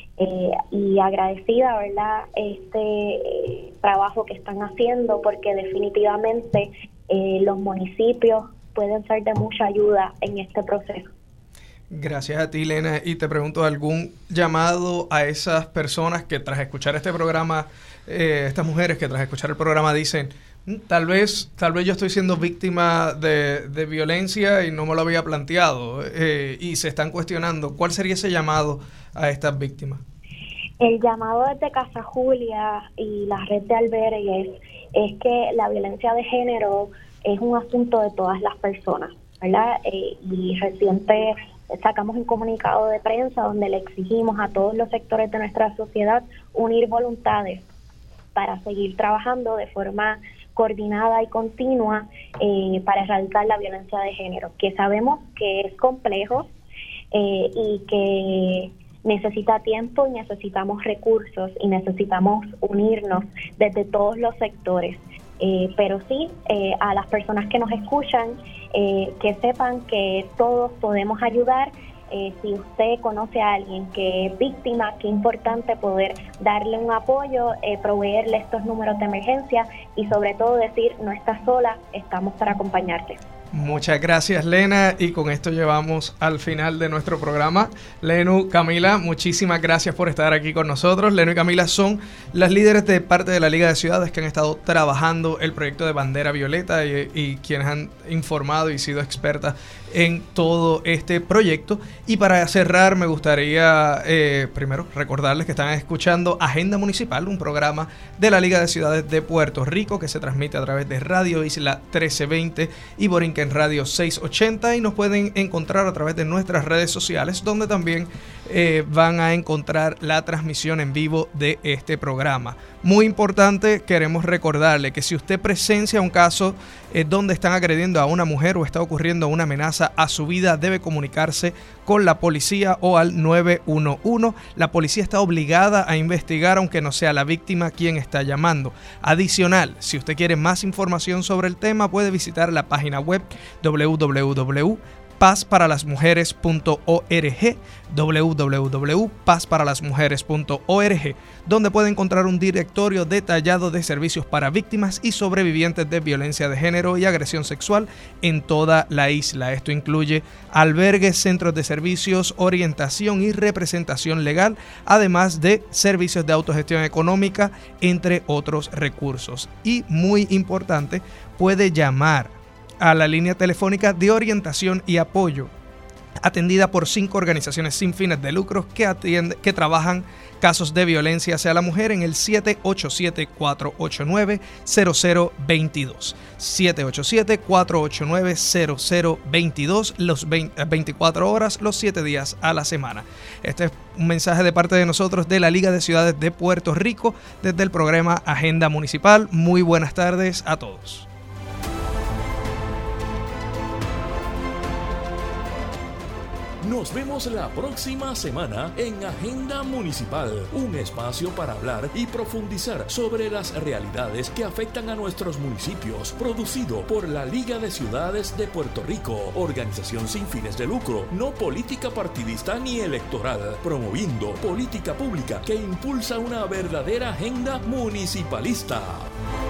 [SPEAKER 6] Y agradecida, ¿verdad?, este trabajo que están haciendo, porque definitivamente los municipios pueden ser de mucha ayuda en este proceso.
[SPEAKER 2] Gracias a ti, Lena. Y te pregunto, ¿algún llamado a esas personas que tras escuchar este programa, estas mujeres que tras escuchar el programa dicen, tal vez yo estoy siendo víctima de violencia y no me lo había planteado, y se están cuestionando? ¿Cuál sería ese llamado a estas víctimas?
[SPEAKER 6] El llamado desde Casa Julia y la red de albergues es que la violencia de género es un asunto de todas las personas, ¿verdad? Y reciente sacamos un comunicado de prensa donde le exigimos a todos los sectores de nuestra sociedad unir voluntades para seguir trabajando de forma coordinada y continua para erradicar la violencia de género, que sabemos que es complejo y que necesita tiempo y necesitamos recursos y necesitamos unirnos desde todos los sectores. Pero sí, a las personas que nos escuchan, que sepan que todos podemos ayudar. Si usted conoce a alguien que es víctima, qué importante poder darle un apoyo, proveerle estos números de emergencia y sobre todo decir, no estás sola, estamos para acompañarte.
[SPEAKER 2] Muchas gracias, Lena, y con esto llegamos al final de nuestro programa. Lenu, Camila, muchísimas gracias por estar aquí con nosotros. Lenu y Camila son las líderes de parte de la Liga de Ciudades que han estado trabajando el proyecto de Bandera Violeta y quienes han informado y sido expertas en todo este proyecto. Y para cerrar, me gustaría primero recordarles que están escuchando Agenda Municipal, un programa de la Liga de Ciudades de Puerto Rico que se transmite a través de Radio Isla 1320 y Borinquen Radio 680, y nos pueden encontrar a través de nuestras redes sociales, donde también van a encontrar la transmisión en vivo de este programa. Muy importante, queremos recordarle que si usted presencia un caso donde están agrediendo a una mujer o está ocurriendo una amenaza a su vida, debe comunicarse con la policía o al 911. La policía está obligada a investigar aunque no sea la víctima quien está llamando. Adicional, si usted quiere más información sobre el tema, puede visitar la página web www.pazparalasmujeres.org, www.pazparalasmujeres.org, donde puede encontrar un directorio detallado de servicios para víctimas y sobrevivientes de violencia de género y agresión sexual en toda la isla. Esto incluye albergues, centros de servicios, orientación y representación legal, además de servicios de autogestión económica, entre otros recursos. Y muy importante, puede llamar a la línea telefónica de orientación y apoyo, atendida por 5 organizaciones sin fines de lucro que trabajan casos de violencia hacia la mujer en el 787-489-0022. 787-489-0022, los 24 horas, los 7 días a la semana. Este es un mensaje de parte de nosotros de la Liga de Ciudades de Puerto Rico desde el programa Agenda Municipal. Muy buenas tardes a todos.
[SPEAKER 1] Nos vemos la próxima semana en Agenda Municipal, un espacio para hablar y profundizar sobre las realidades que afectan a nuestros municipios, producido por la Liga de Ciudades de Puerto Rico, organización sin fines de lucro, no política partidista ni electoral, promoviendo política pública que impulsa una verdadera agenda municipalista.